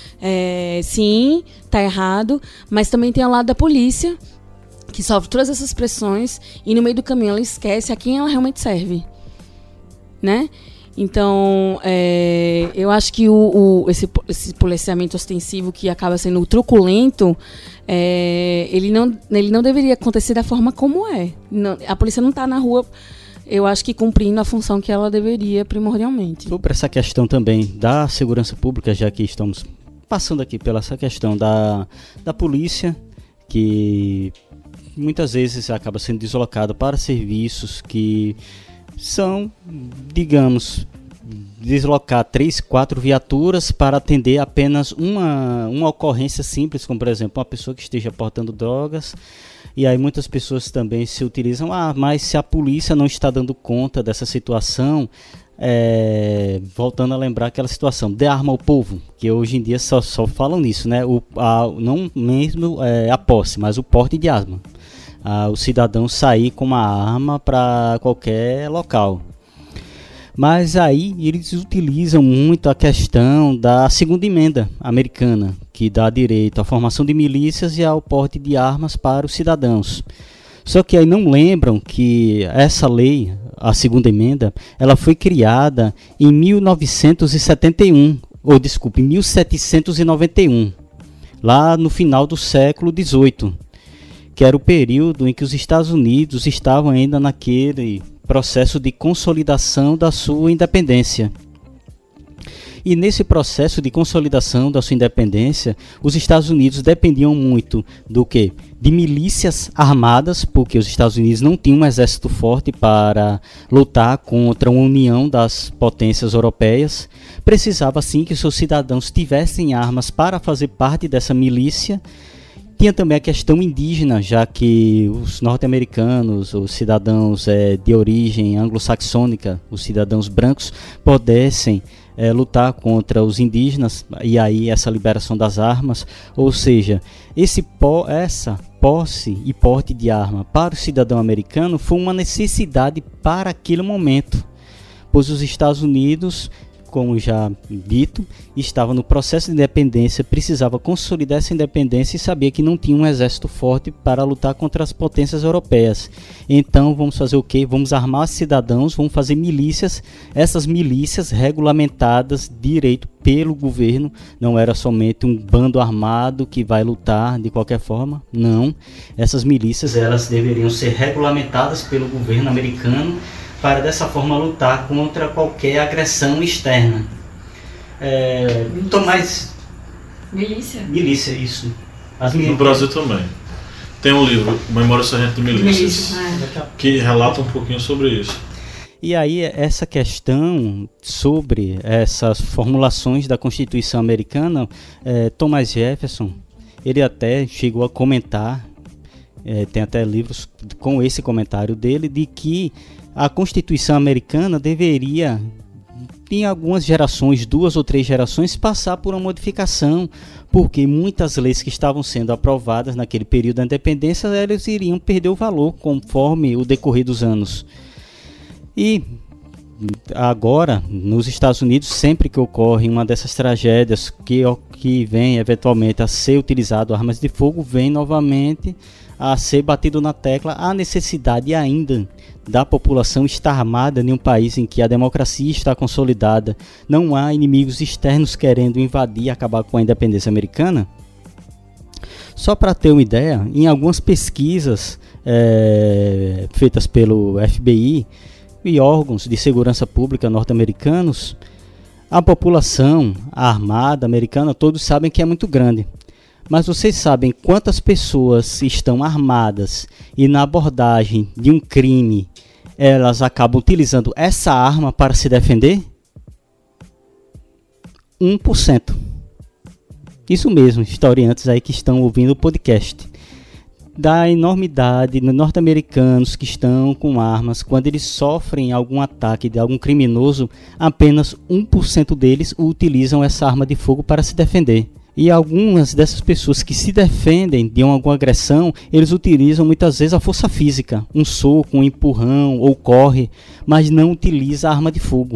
Sim, tá errado, mas também tem o lado da polícia, que sofre todas essas pressões e no meio do caminho ela esquece a quem ela realmente serve, né? Então, eu acho que esse policiamento ostensivo que acaba sendo truculento, ele não deveria acontecer da forma como é. A polícia não está na rua, eu acho que cumprindo a função que ela deveria primordialmente. Sobre essa questão também da segurança pública, já que estamos passando aqui pela essa questão da polícia, que muitas vezes acaba sendo deslocado para serviços que são, digamos, deslocar 3, 4 viaturas para atender apenas uma ocorrência simples, como por exemplo uma pessoa que esteja portando drogas. E aí muitas pessoas também se utilizam, mas se a polícia não está dando conta dessa situação, voltando a lembrar aquela situação, dê arma ao povo, que hoje em dia só falam nisso, né? Não mesmo a posse, mas o porte de arma. O cidadão sair com uma arma para qualquer local. Mas aí eles utilizam muito a questão da segunda emenda americana, que dá direito à formação de milícias e ao porte de armas para os cidadãos. Só que aí não lembram que essa lei, a segunda emenda, ela foi criada em 1791, lá no final do século XVIII, que era o período em que os Estados Unidos estavam ainda naquele processo de consolidação da sua independência. E nesse processo de consolidação da sua independência, os Estados Unidos dependiam muito do quê? De milícias armadas, porque os Estados Unidos não tinham um exército forte para lutar contra uma união das potências europeias. Precisava sim que seus cidadãos tivessem armas para fazer parte dessa milícia. Tinha também a questão indígena, já que os norte-americanos, os cidadãos de origem anglo-saxônica, os cidadãos brancos, pudessem lutar contra os indígenas, e aí essa liberação das armas, ou seja, essa posse e porte de arma para o cidadão americano foi uma necessidade para aquele momento, pois os Estados Unidos, como já dito, estava no processo de independência, precisava consolidar essa independência e sabia que não tinha um exército forte para lutar contra as potências europeias. Então vamos fazer o quê? Vamos armar os cidadãos, vamos fazer milícias, essas milícias regulamentadas direito pelo governo, não era somente um bando armado que vai lutar de qualquer forma, não. Essas milícias elas deveriam ser regulamentadas pelo governo americano, para dessa forma lutar contra qualquer agressão externa. Tomás... Milícia, isso. No Brasil também. Tem um livro, Memória Sargento de Milícias, que relata um pouquinho sobre isso. E aí essa questão sobre essas formulações da Constituição americana, Thomas Jefferson, ele até chegou a comentar, tem até livros com esse comentário dele, de que a Constituição americana deveria, em algumas gerações, 2 ou 3 gerações, passar por uma modificação, porque muitas leis que estavam sendo aprovadas naquele período da independência, elas iriam perder o valor conforme o decorrer dos anos. E agora, nos Estados Unidos, sempre que ocorre uma dessas tragédias que vem eventualmente a ser utilizado armas de fogo, vem novamente a ser batido na tecla a necessidade ainda da população estar armada em um país em que a democracia está consolidada, não há inimigos externos querendo invadir e acabar com a independência americana. Só para ter uma ideia, em algumas pesquisas feitas pelo FBI e órgãos de segurança pública norte-americanos, a população armada americana, todos sabem que é muito grande. Mas vocês sabem quantas pessoas estão armadas e na abordagem de um crime elas acabam utilizando essa arma para se defender? 1%. Isso mesmo, historiantes aí que estão ouvindo o podcast. Da enormidade de norte-americanos que estão com armas, quando eles sofrem algum ataque de algum criminoso, apenas 1% deles utilizam essa arma de fogo para se defender. E algumas dessas pessoas que se defendem de alguma agressão, eles utilizam muitas vezes a força física, um soco, um empurrão ou corre, mas não utiliza a arma de fogo.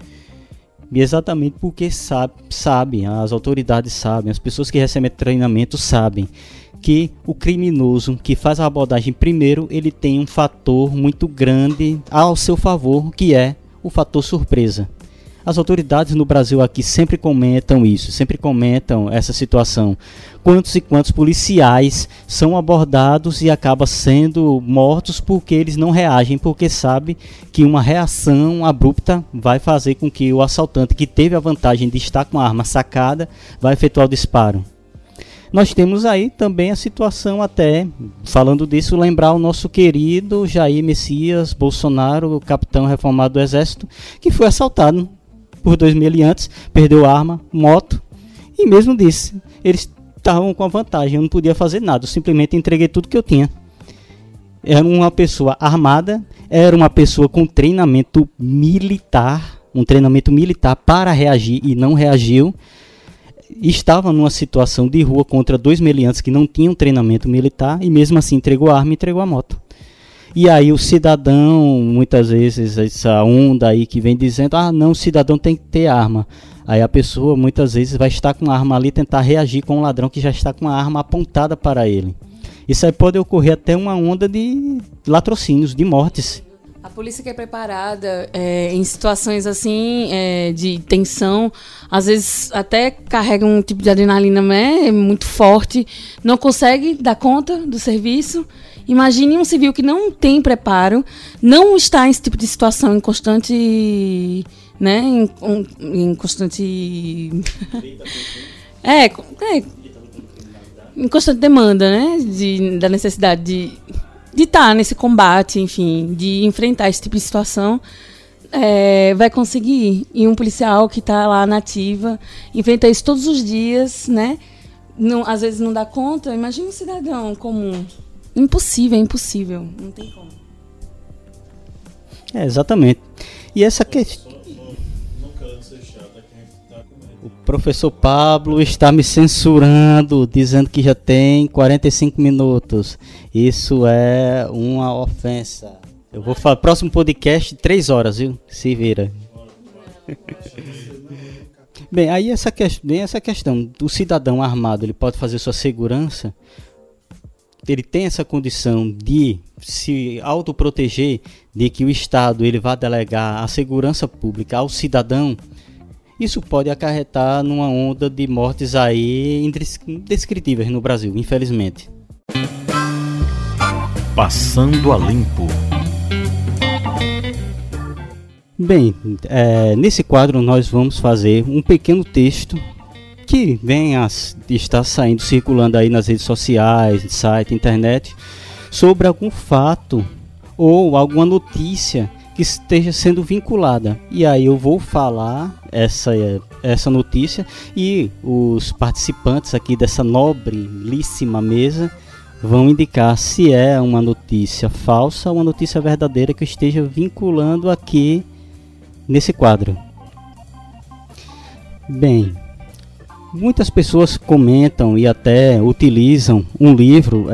E exatamente porque sabem, as autoridades sabem, as pessoas que recebem treinamento sabem que o criminoso que faz a abordagem primeiro, ele tem um fator muito grande ao seu favor, que é o fator surpresa. As autoridades no Brasil aqui sempre comentam isso, sempre comentam essa situação. Quantos e quantos policiais são abordados e acabam sendo mortos porque eles não reagem, porque sabem que uma reação abrupta vai fazer com que o assaltante, que teve a vantagem de estar com a arma sacada, vai efetuar o disparo. Nós temos aí também a situação, até falando disso, lembrar o nosso querido Jair Messias Bolsonaro, o capitão reformado do Exército, que foi assaltado por 2 meliantes, perdeu arma, moto, e mesmo disse, eles estavam com a vantagem, eu não podia fazer nada, eu simplesmente entreguei tudo que eu tinha. Era uma pessoa armada, era uma pessoa com treinamento militar, um treinamento militar para reagir e não reagiu, estava numa situação de rua contra 2 meliantes que não tinham treinamento militar, e mesmo assim entregou a arma e entregou a moto. E aí o cidadão, muitas vezes, essa onda aí que vem dizendo, não, o cidadão tem que ter arma. Aí a pessoa muitas vezes vai estar com a arma ali e tentar reagir com um ladrão que já está com a arma apontada para ele. Isso aí pode ocorrer até uma onda de latrocínios, de mortes. A polícia que é preparada em situações assim de tensão, às vezes até carrega um tipo de adrenalina muito forte, não consegue dar conta do serviço. Imagine um civil que não tem preparo, não está em esse tipo de situação em constante né, em constante em constante demanda, né, da necessidade de estar nesse combate, enfim, de enfrentar esse tipo de situação, vai conseguir. E um policial que está lá na ativa, enfrenta isso todos os dias, né, às vezes não dá conta. Imagina um cidadão comum. Impossível, não tem como. Exatamente. E essa questão... O professor Pablo está me censurando, dizendo que já tem 45 minutos. Isso é uma ofensa. Eu vou falar, próximo podcast, 3 horas, viu? Se vira. Bem, aí essa questão do cidadão armado, ele pode fazer sua segurança, ele tem essa condição de se autoproteger, de que o Estado ele vai delegar a segurança pública ao cidadão. Isso pode acarretar numa onda de mortes aí indescritíveis no Brasil, infelizmente. Passando a limpo. Bem, nesse quadro nós vamos fazer um pequeno texto que vem a estar circulando aí nas redes sociais, site, internet, sobre algum fato ou alguma notícia que esteja sendo vinculada. E aí eu vou falar essa notícia e os participantes aqui dessa nobilíssima mesa vão indicar se é uma notícia falsa ou uma notícia verdadeira que eu esteja vinculando aqui nesse quadro. Bem, muitas pessoas comentam e até utilizam um livro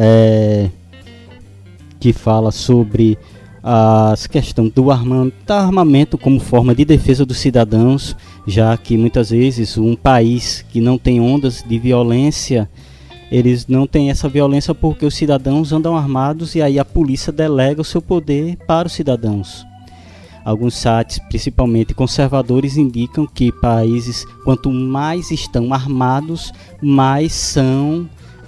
que fala sobre a questão do armamento como forma de defesa dos cidadãos, já que muitas vezes um país que não tem ondas de violência, eles não têm essa violência porque os cidadãos andam armados e aí a polícia delega o seu poder para os cidadãos. Alguns sites, principalmente conservadores, indicam que países, quanto mais estão armados, mais são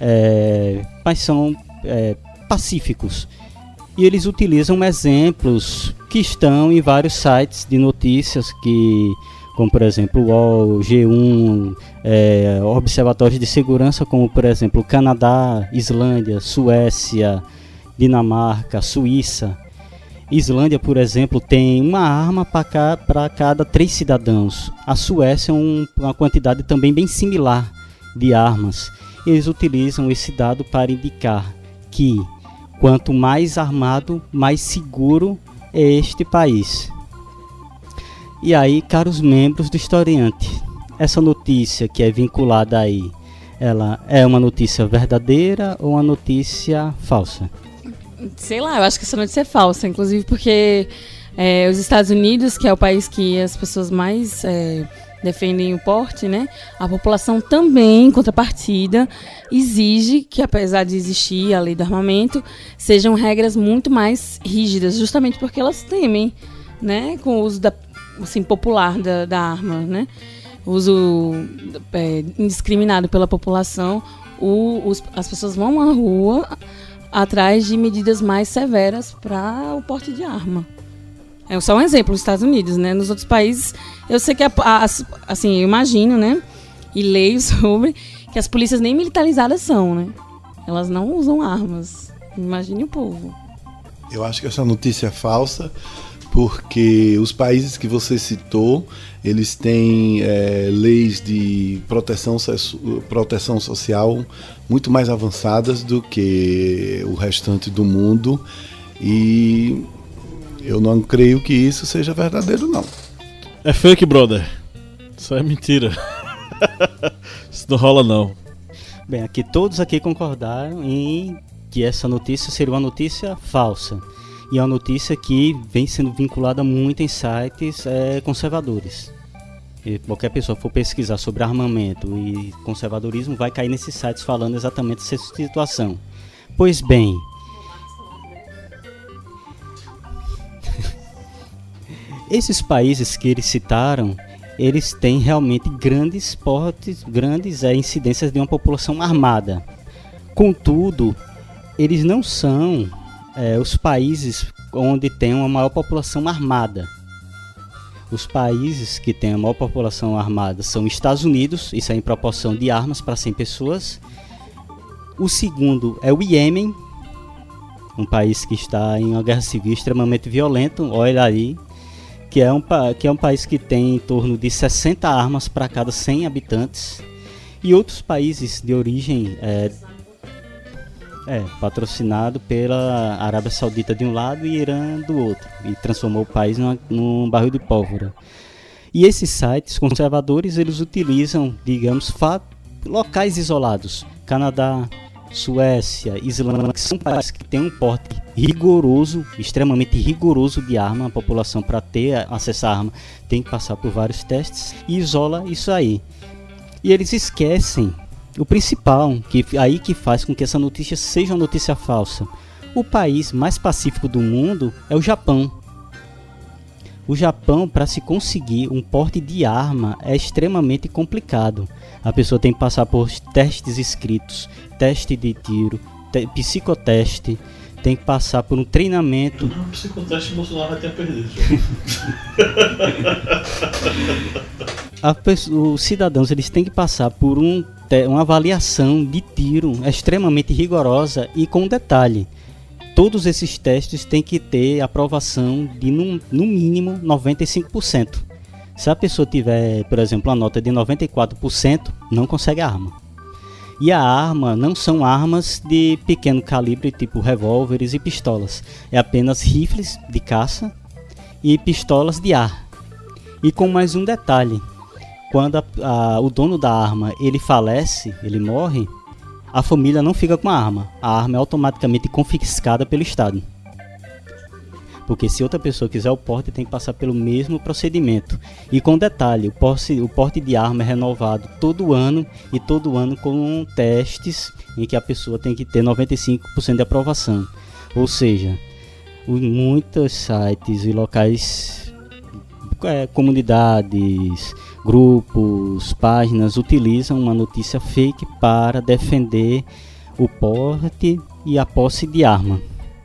pacíficos. E eles utilizam exemplos que estão em vários sites de notícias, como por exemplo o UOL, G1, observatórios de segurança como por exemplo Canadá, Islândia, Suécia, Dinamarca, Suíça. Islândia, por exemplo, tem uma arma para cada 3 cidadãos. A Suécia é uma quantidade também bem similar de armas. Eles utilizam esse dado para indicar que quanto mais armado, mais seguro é este país. E aí, caros membros do Historiante, essa notícia que é vinculada aí, ela é uma notícia verdadeira ou uma notícia falsa? Sei lá, eu acho que essa notícia é falsa, inclusive porque os Estados Unidos, que é o país que as pessoas mais defendem o porte, né? A população também, em contrapartida, exige que, apesar de existir a lei do armamento, sejam regras muito mais rígidas, justamente porque elas temem, né, com o uso popular da arma, né? O uso indiscriminado pela população. As pessoas vão à rua atrás de medidas mais severas para o porte de arma. É só um exemplo, os Estados Unidos, né? Nos outros países, eu sei que, assim, eu imagino, né? E leio sobre que as polícias nem militarizadas são, né? Elas não usam armas. Imagine o povo. Eu acho que essa notícia é falsa, porque os países que você citou, eles têm leis de proteção social muito mais avançadas do que o restante do mundo, e eu não creio que isso seja verdadeiro, não. É fake, brother. Isso é mentira. Isso não rola, não. Bem, aqui todos concordaram em que essa notícia seria uma notícia falsa. E é uma notícia que vem sendo vinculada muito em sites conservadores. E qualquer pessoa que for pesquisar sobre armamento e conservadorismo vai cair nesses sites falando exatamente essa situação. Pois bem, esses países que eles citaram, eles têm realmente grandes incidências de uma população armada. Contudo, eles não são os países onde tem uma maior população armada. Os países que têm a maior população armada são Estados Unidos, isso é em proporção de armas para 100 pessoas. O segundo é o Iêmen, um país que está em uma guerra civil extremamente violenta, olha aí, que é um país que tem em torno de 60 armas para cada 100 habitantes. E outros países de origem patrocinado pela Arábia Saudita de um lado e Irã do outro, e transformou o país num barril de pólvora. E esses sites conservadores, eles utilizam, digamos, locais isolados, Canadá, Suécia, Islândia, que são países que têm um porte rigoroso, extremamente rigoroso de arma. A população, para ter acesso à arma, tem que passar por vários testes, e isola isso aí. E eles esquecem o principal, que faz com que essa notícia seja uma notícia falsa. O país mais pacífico do mundo é o Japão. O Japão, para se conseguir um porte de arma, é extremamente complicado. A pessoa tem que passar por testes escritos, teste de tiro, psicoteste, tem que passar por um treinamento. Não, psicoteste Bolsonaro vai ter a perder. Os cidadãos, eles têm que passar por uma avaliação de tiro extremamente rigorosa e com detalhe. Todos esses testes têm que ter aprovação de no mínimo 95%. Se a pessoa tiver, por exemplo, uma nota de 94%, não consegue a arma. E a arma não são armas de pequeno calibre, tipo revólveres e pistolas. É apenas rifles de caça e pistolas de ar. E com mais um detalhe: quando o dono da arma ele falece, ele morre, a família não fica com a arma é automaticamente confiscada pelo Estado. Porque se outra pessoa quiser o porte, tem que passar pelo mesmo procedimento. E com detalhe, o porte de arma é renovado todo ano, e todo ano com testes em que a pessoa tem que ter 95% de aprovação. Ou seja, muitos sites e locais, comunidades, grupos, páginas utilizam uma notícia fake para defender o porte e a posse de arma.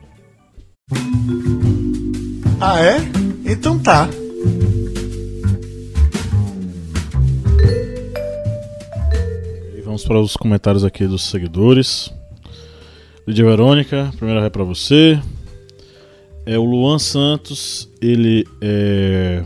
Ah, é? Então tá. E vamos para os comentários aqui dos seguidores. Lídia Verônica, primeira é para você. O Luan Santos, ele é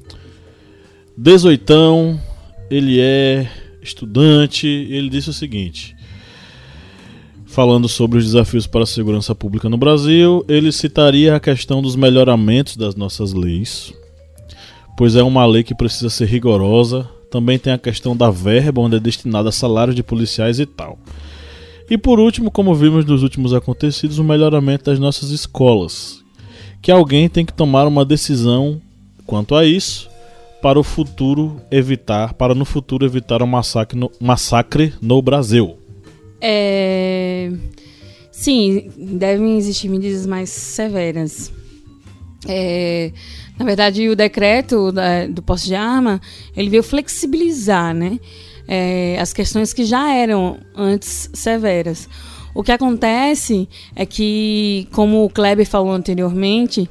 18ão, ele é estudante, ele disse o seguinte: falando sobre os desafios para a segurança pública no Brasil, ele citaria a questão dos melhoramentos das nossas leis, pois é uma lei que precisa ser rigorosa. Também tem a questão da verba, onde é destinada a salários de policiais e tal. E por último, como vimos nos últimos acontecidos, o melhoramento das nossas escolas, que alguém tem que tomar uma decisão quanto a isso, para no futuro evitar um massacre no Brasil. Sim, devem existir medidas mais severas. Na verdade, o decreto do posse de arma, ele veio flexibilizar, né, as questões que já eram antes severas. O que acontece é que, como o Kleber falou anteriormente,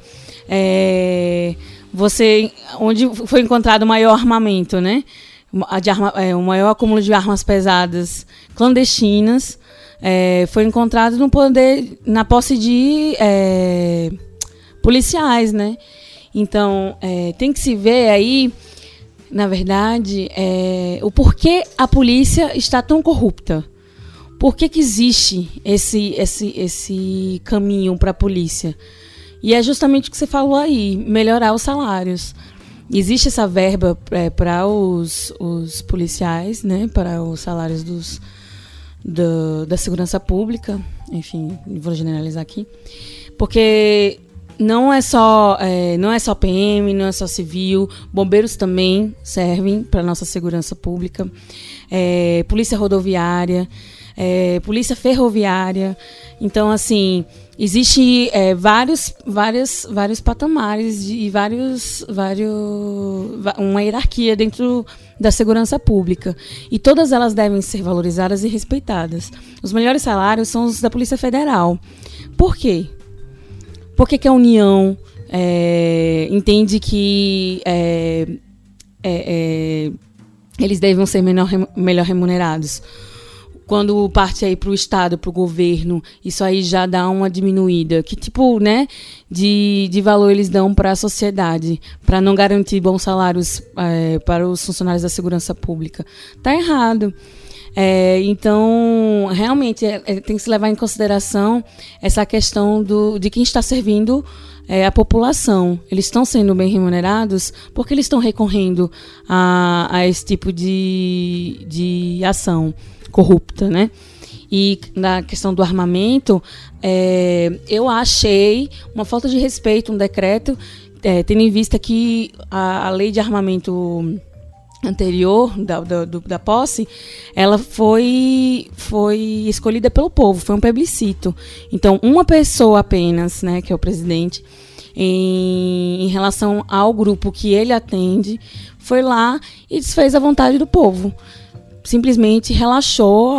onde foi encontrado o maior armamento, né, o maior acúmulo de armas pesadas clandestinas, foi encontrado na posse de policiais, né? Então, tem que se ver aí, na verdade, o porquê a polícia está tão corrupta. Por que existe esse caminho para a polícia? E é justamente o que você falou aí, melhorar os salários. Existe essa verba para os policiais, né, para os salários da segurança pública, enfim, vou generalizar aqui, porque não é só PM, não é só civil, bombeiros também servem para a nossa segurança pública, polícia rodoviária, polícia ferroviária. Então, assim, existe vários patamares e uma hierarquia dentro da segurança pública. E todas elas devem ser valorizadas e respeitadas. Os melhores salários são os da Polícia Federal. Por quê? Por que a União entende que eles devem ser melhor remunerados. Quando parte aí para o Estado, para o governo, isso aí já dá uma diminuída. Que tipo, né, de valor eles dão para a sociedade, para não garantir bons salários para os funcionários da segurança pública? Tá errado. Então, realmente, tem que se levar em consideração essa questão de quem está servindo a população. Eles estão sendo bem remunerados porque eles estão recorrendo a esse tipo de ação corrupta, né? E na questão do armamento, eu achei uma falta de respeito, um decreto, tendo em vista que a lei de armamento anterior da posse, ela foi escolhida pelo povo, foi um plebiscito. Então, uma pessoa apenas, né, que é o presidente, em relação ao grupo que ele atende, foi lá e desfez a vontade do povo. Simplesmente relaxou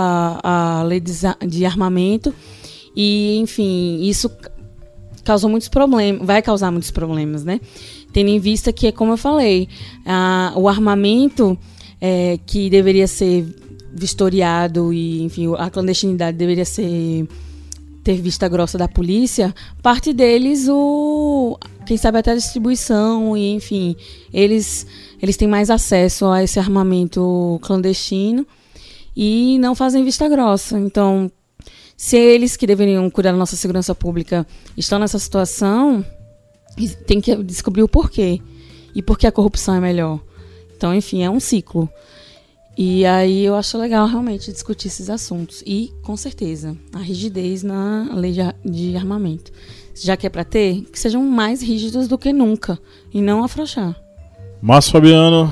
a lei de armamento e, enfim, isso causou muitos problemas, vai causar muitos problemas, né? Tendo em vista que, como eu falei, o armamento que deveria ser vistoriado e, enfim, a clandestinidade deveria ter vista grossa da polícia, parte deles, quem sabe até a distribuição, e, enfim, eles têm mais acesso a esse armamento clandestino e não fazem vista grossa. Então, se eles que deveriam cuidar da nossa segurança pública estão nessa situação, tem que descobrir o porquê. E por que a corrupção é melhor. Então, enfim, é um ciclo. E aí eu acho legal realmente discutir esses assuntos. E, com certeza, a rigidez na lei de armamento. Já que é para ter, que sejam mais rígidos do que nunca. E não afrouxar. Márcio Fabiano,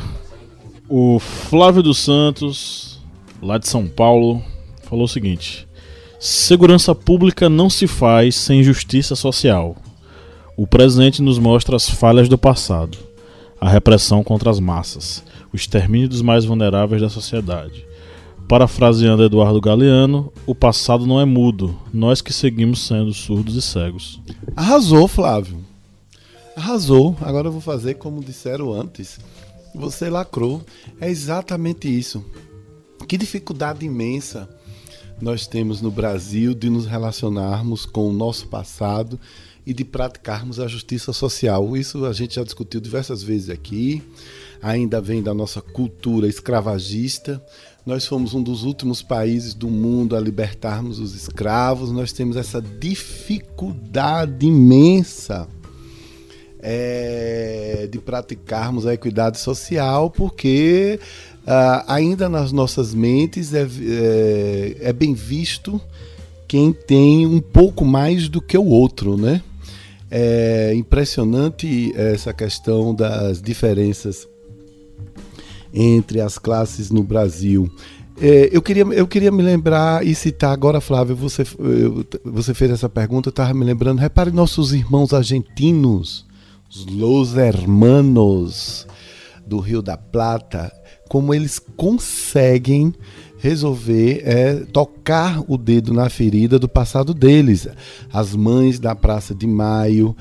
o Flávio dos Santos, lá de São Paulo, falou o seguinte: segurança pública não se faz sem justiça social. O presente nos mostra as falhas do passado, a repressão contra as massas, o extermínio dos mais vulneráveis da sociedade. Parafraseando Eduardo Galeano, o passado não é mudo, nós que seguimos sendo surdos e cegos. Arrasou, Flávio. Arrasou. Agora eu vou fazer como disseram antes. Você lacrou. É exatamente isso. Que dificuldade imensa nós temos no Brasil de nos relacionarmos com o nosso passado e de praticarmos a justiça social. Isso a gente já discutiu diversas vezes aqui. Ainda vem da nossa cultura escravagista. Nós fomos um dos últimos países do mundo a libertarmos os escravos. Nós temos essa dificuldade imensa de praticarmos a equidade social, porque ainda nas nossas mentes é bem visto quem tem um pouco mais do que o outro, né? É impressionante essa questão das diferenças entre as classes no Brasil. Eu queria me lembrar e citar agora, Flávio, você fez essa pergunta, eu estava me lembrando, repare nossos irmãos argentinos, os Los Hermanos do Rio da Plata, como eles conseguem resolver tocar o dedo na ferida do passado deles. As mães da Praça de Maio,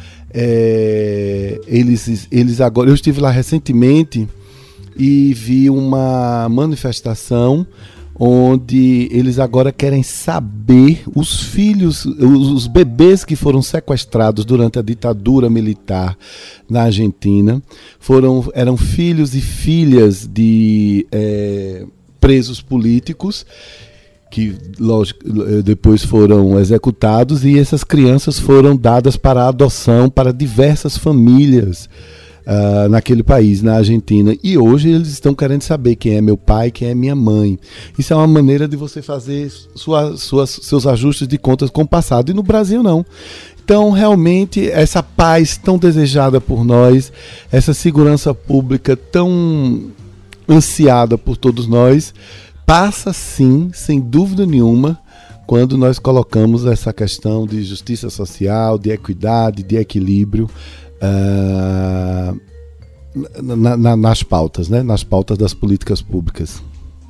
eles agora... Eu estive lá recentemente e vi uma manifestação onde eles agora querem saber os filhos, os bebês que foram sequestrados durante a ditadura militar na Argentina, eram filhos e filhas de presos políticos que depois foram executados, e essas crianças foram dadas para adoção para diversas famílias naquele país, na Argentina. E hoje eles estão querendo saber quem é meu pai, quem é minha mãe. Isso é uma maneira de você fazer seus ajustes de contas com o passado. E no Brasil não. Então, realmente, essa paz tão desejada por nós, essa segurança pública tão ansiada por todos nós, passa sim, sem dúvida nenhuma, quando nós colocamos essa questão de justiça social, de equidade, de equilíbrio nas pautas, né? Nas pautas das políticas públicas.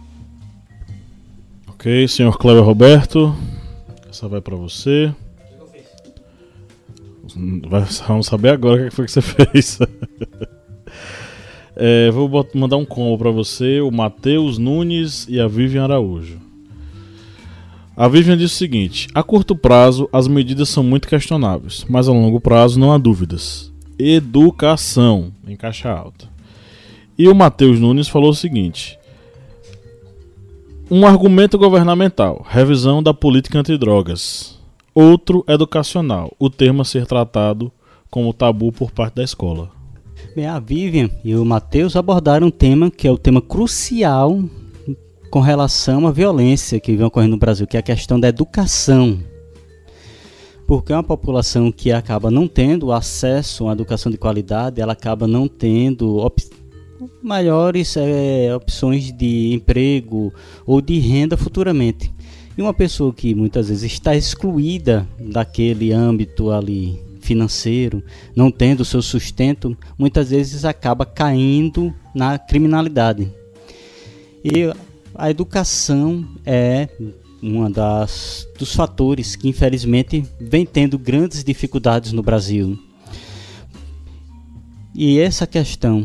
Ok, senhor Cléber Roberto, essa vai para você. Vamos saber agora o que foi que você fez. Vou mandar um combo pra você, o Matheus Nunes e a Vivian Araújo. A Vivian diz o seguinte: a curto prazo as medidas são muito questionáveis, mas a longo prazo não há dúvidas. Educação, em caixa alta. E o Matheus Nunes falou o seguinte: um argumento governamental, revisão da política antidrogas. Outro educacional, o termo a ser tratado como tabu por parte da escola. Bem, a Vivian e o Matheus abordaram um tema que é o tema crucial com relação à violência que vem ocorrendo no Brasil, que é a questão da educação. Porque é uma população que acaba não tendo acesso a uma educação de qualidade, ela acaba não tendo maiores opções de emprego ou de renda futuramente. E uma pessoa que muitas vezes está excluída daquele âmbito ali financeiro, não tendo o seu sustento, muitas vezes acaba caindo na criminalidade. E a educação é um dos fatores que infelizmente vem tendo grandes dificuldades no Brasil. E essa questão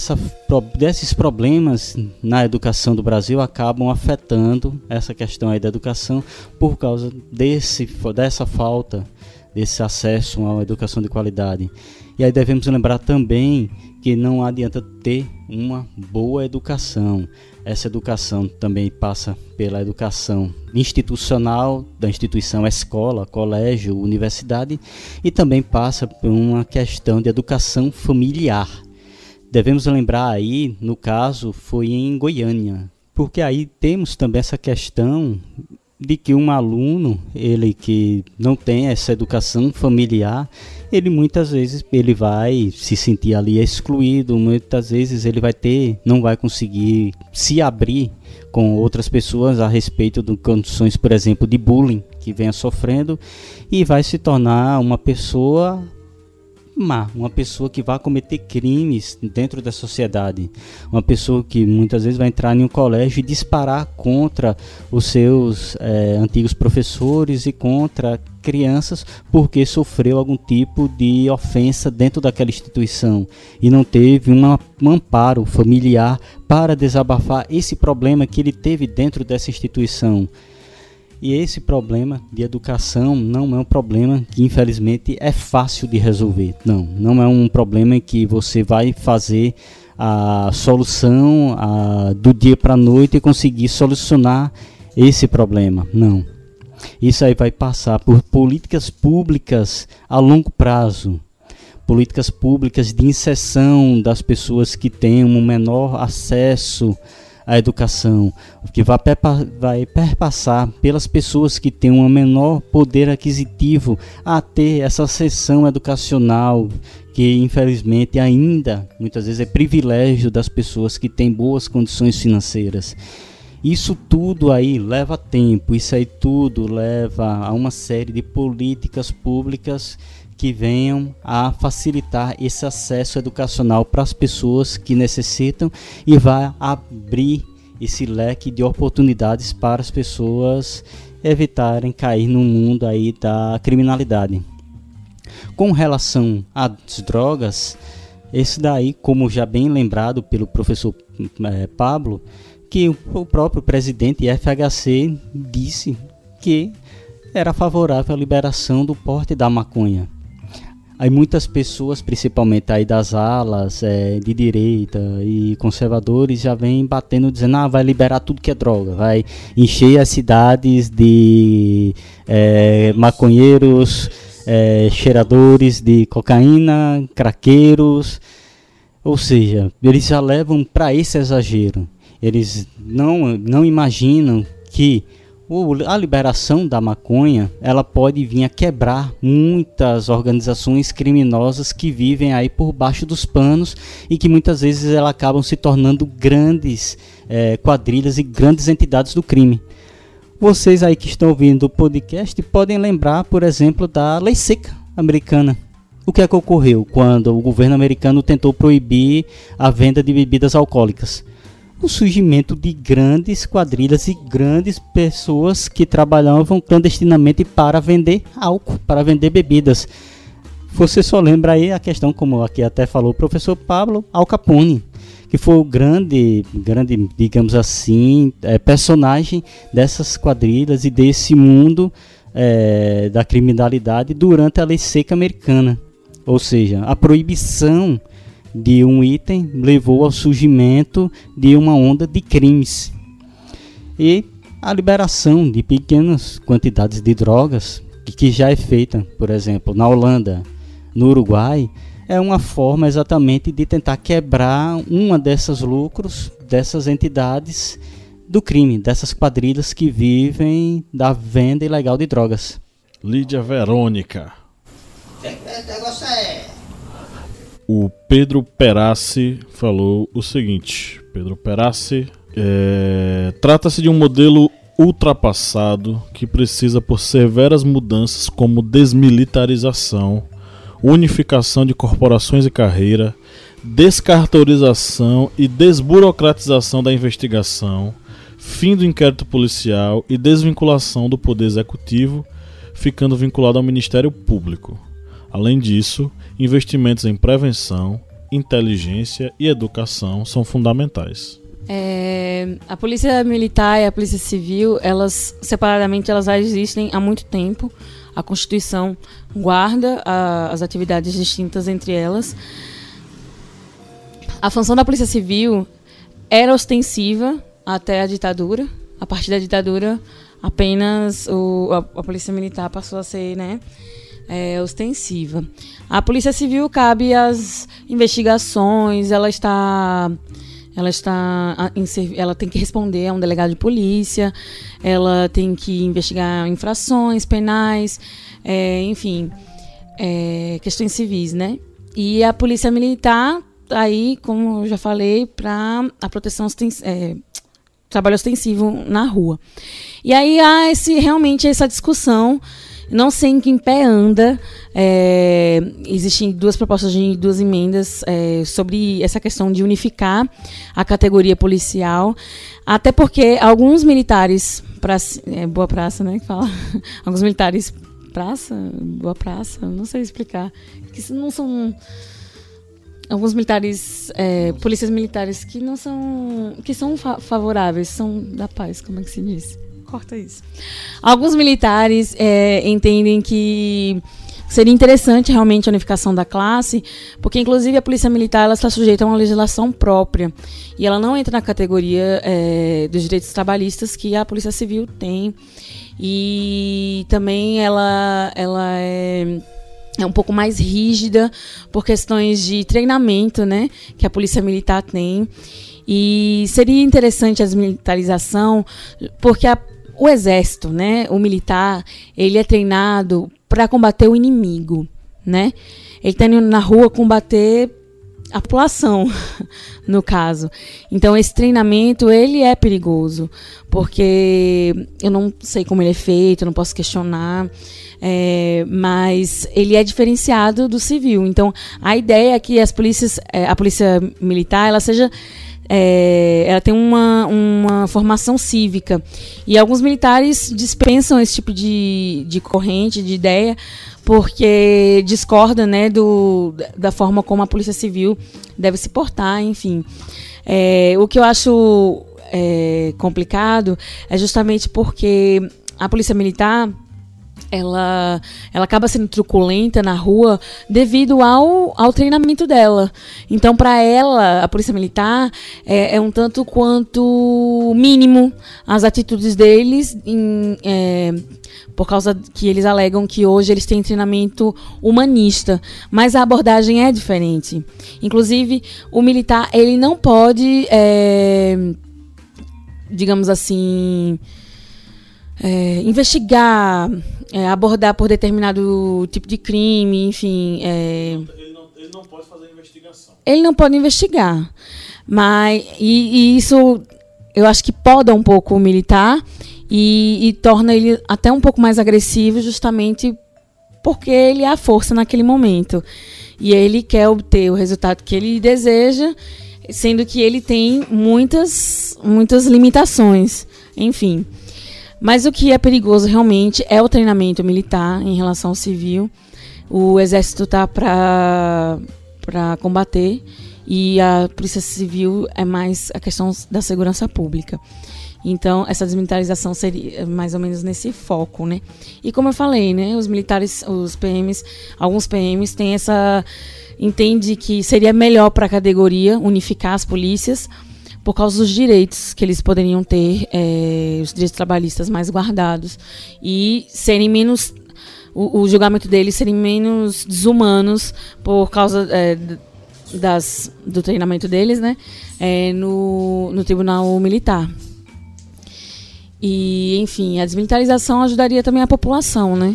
desses problemas na educação do Brasil acabam afetando essa questão aí da educação por causa dessa falta, desse acesso a uma educação de qualidade. E aí devemos lembrar também que não adianta ter uma boa educação. Essa educação também passa pela educação institucional, da instituição escola, colégio, universidade, e também passa por uma questão de educação familiar. Devemos lembrar aí, no caso, foi em Goiânia, porque aí temos também essa questão de que um aluno, ele que não tem essa educação familiar, ele muitas vezes ele vai se sentir ali excluído, muitas vezes ele não vai conseguir se abrir com outras pessoas a respeito de condições, por exemplo, de bullying que venha sofrendo, e vai se tornar uma pessoa má, uma pessoa que vai cometer crimes dentro da sociedade, uma pessoa que muitas vezes vai entrar em um colégio e disparar contra os seus antigos professores e contra crianças porque sofreu algum tipo de ofensa dentro daquela instituição e não teve um amparo familiar para desabafar esse problema que ele teve dentro dessa instituição. E esse problema de educação não é um problema que infelizmente é fácil de resolver. Não é um problema que você vai fazer a solução do dia para a noite e conseguir solucionar esse problema. Não. Isso aí vai passar por políticas públicas a longo prazo. Políticas públicas de inserção das pessoas que têm um menor acesso a educação, que vai perpassar pelas pessoas que têm um menor poder aquisitivo a ter essa seção educacional, que infelizmente ainda muitas vezes é privilégio das pessoas que têm boas condições financeiras. Isso tudo aí leva tempo, isso aí tudo leva a uma série de políticas públicas que venham a facilitar esse acesso educacional para as pessoas que necessitam e vai abrir esse leque de oportunidades para as pessoas evitarem cair no mundo aí da criminalidade. Com relação às drogas, esse daí, como já bem lembrado pelo professor Pablo, que o próprio presidente FHC disse que era favorável à liberação do porte da maconha. Aí muitas pessoas, principalmente aí das alas de direita e conservadores, já vêm batendo, dizendo vai liberar tudo que é droga, vai encher as cidades de maconheiros, cheiradores de cocaína, craqueiros, ou seja, eles já levam para esse exagero. Eles não imaginam que a liberação da maconha ela pode vir a quebrar muitas organizações criminosas que vivem aí por baixo dos panos e que muitas vezes elas acabam se tornando grandes quadrilhas e grandes entidades do crime. Vocês aí que estão ouvindo o podcast podem lembrar, por exemplo, da lei seca americana. O que é que ocorreu quando o governo americano tentou proibir a venda de bebidas alcoólicas? O surgimento de grandes quadrilhas e grandes pessoas que trabalhavam clandestinamente para vender álcool, para vender bebidas. Você só lembra aí a questão, como aqui até falou o professor Pablo, Al Capone, que foi o grande, digamos assim, personagem dessas quadrilhas e desse mundo da criminalidade durante a lei seca americana. Ou seja, a proibição de um item levou ao surgimento de uma onda de crimes. E a liberação de pequenas quantidades de drogas, que já é feita, por exemplo, na Holanda, no Uruguai, é uma forma exatamente de tentar quebrar uma dessas lucros, dessas entidades do crime, dessas quadrilhas que vivem da venda ilegal de drogas. Lídia Verônica. Negócio é... O Pedro Perassi falou o seguinte. Pedro Perassi, trata-se de um modelo ultrapassado que precisa por severas mudanças como desmilitarização, unificação de corporações e carreira, descartorização e desburocratização da investigação, fim do inquérito policial e desvinculação do poder executivo, ficando vinculado ao Ministério Público. Além disso, investimentos em prevenção, inteligência e educação são fundamentais. A polícia militar e a polícia civil, elas separadamente elas já existem há muito tempo. A Constituição guarda as atividades distintas entre elas. A função da polícia civil era ostensiva até a ditadura. A partir da ditadura, apenas a polícia militar passou a ser, ostensiva. A polícia civil cabe às investigações, ela tem que responder a um delegado de polícia, ela tem que investigar infrações penais, questões civis, né? E a polícia militar, aí, como eu já falei, para a proteção trabalho ostensivo na rua. E aí há realmente essa discussão. Não sei em que pé anda. Existem duas propostas de duas emendas sobre essa questão de unificar a categoria policial. Até porque alguns militares... Boa Praça, né? Que fala. Alguns militares... Boa Praça? Não sei explicar. Que não são... Alguns militares... polícias militares que não são... Que são favoráveis. São da paz, como é que se diz? Corta isso. Alguns militares entendem que seria interessante realmente a unificação da classe, porque inclusive a polícia militar ela está sujeita a uma legislação própria e ela não entra na categoria dos direitos trabalhistas que a polícia civil tem, e também ela é um pouco mais rígida por questões de treinamento, né, que a polícia militar tem. E seria interessante a desmilitarização, porque o exército, né, o militar, ele é treinado para combater o inimigo, né? Ele está indo na rua combater a população, no caso. Então, esse treinamento, ele é perigoso, porque eu não sei como ele é feito, eu não posso questionar, mas ele é diferenciado do civil. Então, a ideia é que a polícia militar, ela seja... ela tem uma formação cívica, e alguns militares dispensam esse tipo de corrente, de ideia, porque discordam, né, da forma como a polícia civil deve se portar, enfim. O que eu acho complicado é justamente porque a polícia militar ela acaba sendo truculenta na rua devido ao treinamento dela. Então, para ela, a polícia militar é um tanto quanto mínimo as atitudes deles, por causa que eles alegam que hoje eles têm treinamento humanista, mas a abordagem é diferente. Inclusive, o militar ele não pode, digamos assim, investigar, abordar por determinado tipo de crime, enfim. Ele não pode fazer investigação. Ele não pode investigar. Mas, e isso eu acho que poda um pouco o militar e torna ele até um pouco mais agressivo, justamente porque ele é a força naquele momento. E ele quer obter o resultado que ele deseja, sendo que ele tem muitas limitações. Enfim. Mas o que é perigoso realmente é o treinamento militar em relação ao civil. o Exército está para combater e a Polícia Civil é mais a questão da segurança pública. Então, essa desmilitarização seria mais ou menos nesse foco, né? E como eu falei, né, os militares, os PMs, alguns PMs têm entende que seria melhor para a categoria unificar as polícias por causa dos direitos que eles poderiam ter, os direitos trabalhistas mais guardados e serem menos, o julgamento deles serem menos desumanos por causa do treinamento deles, né, no tribunal militar. E, enfim, a desmilitarização ajudaria também a população, né?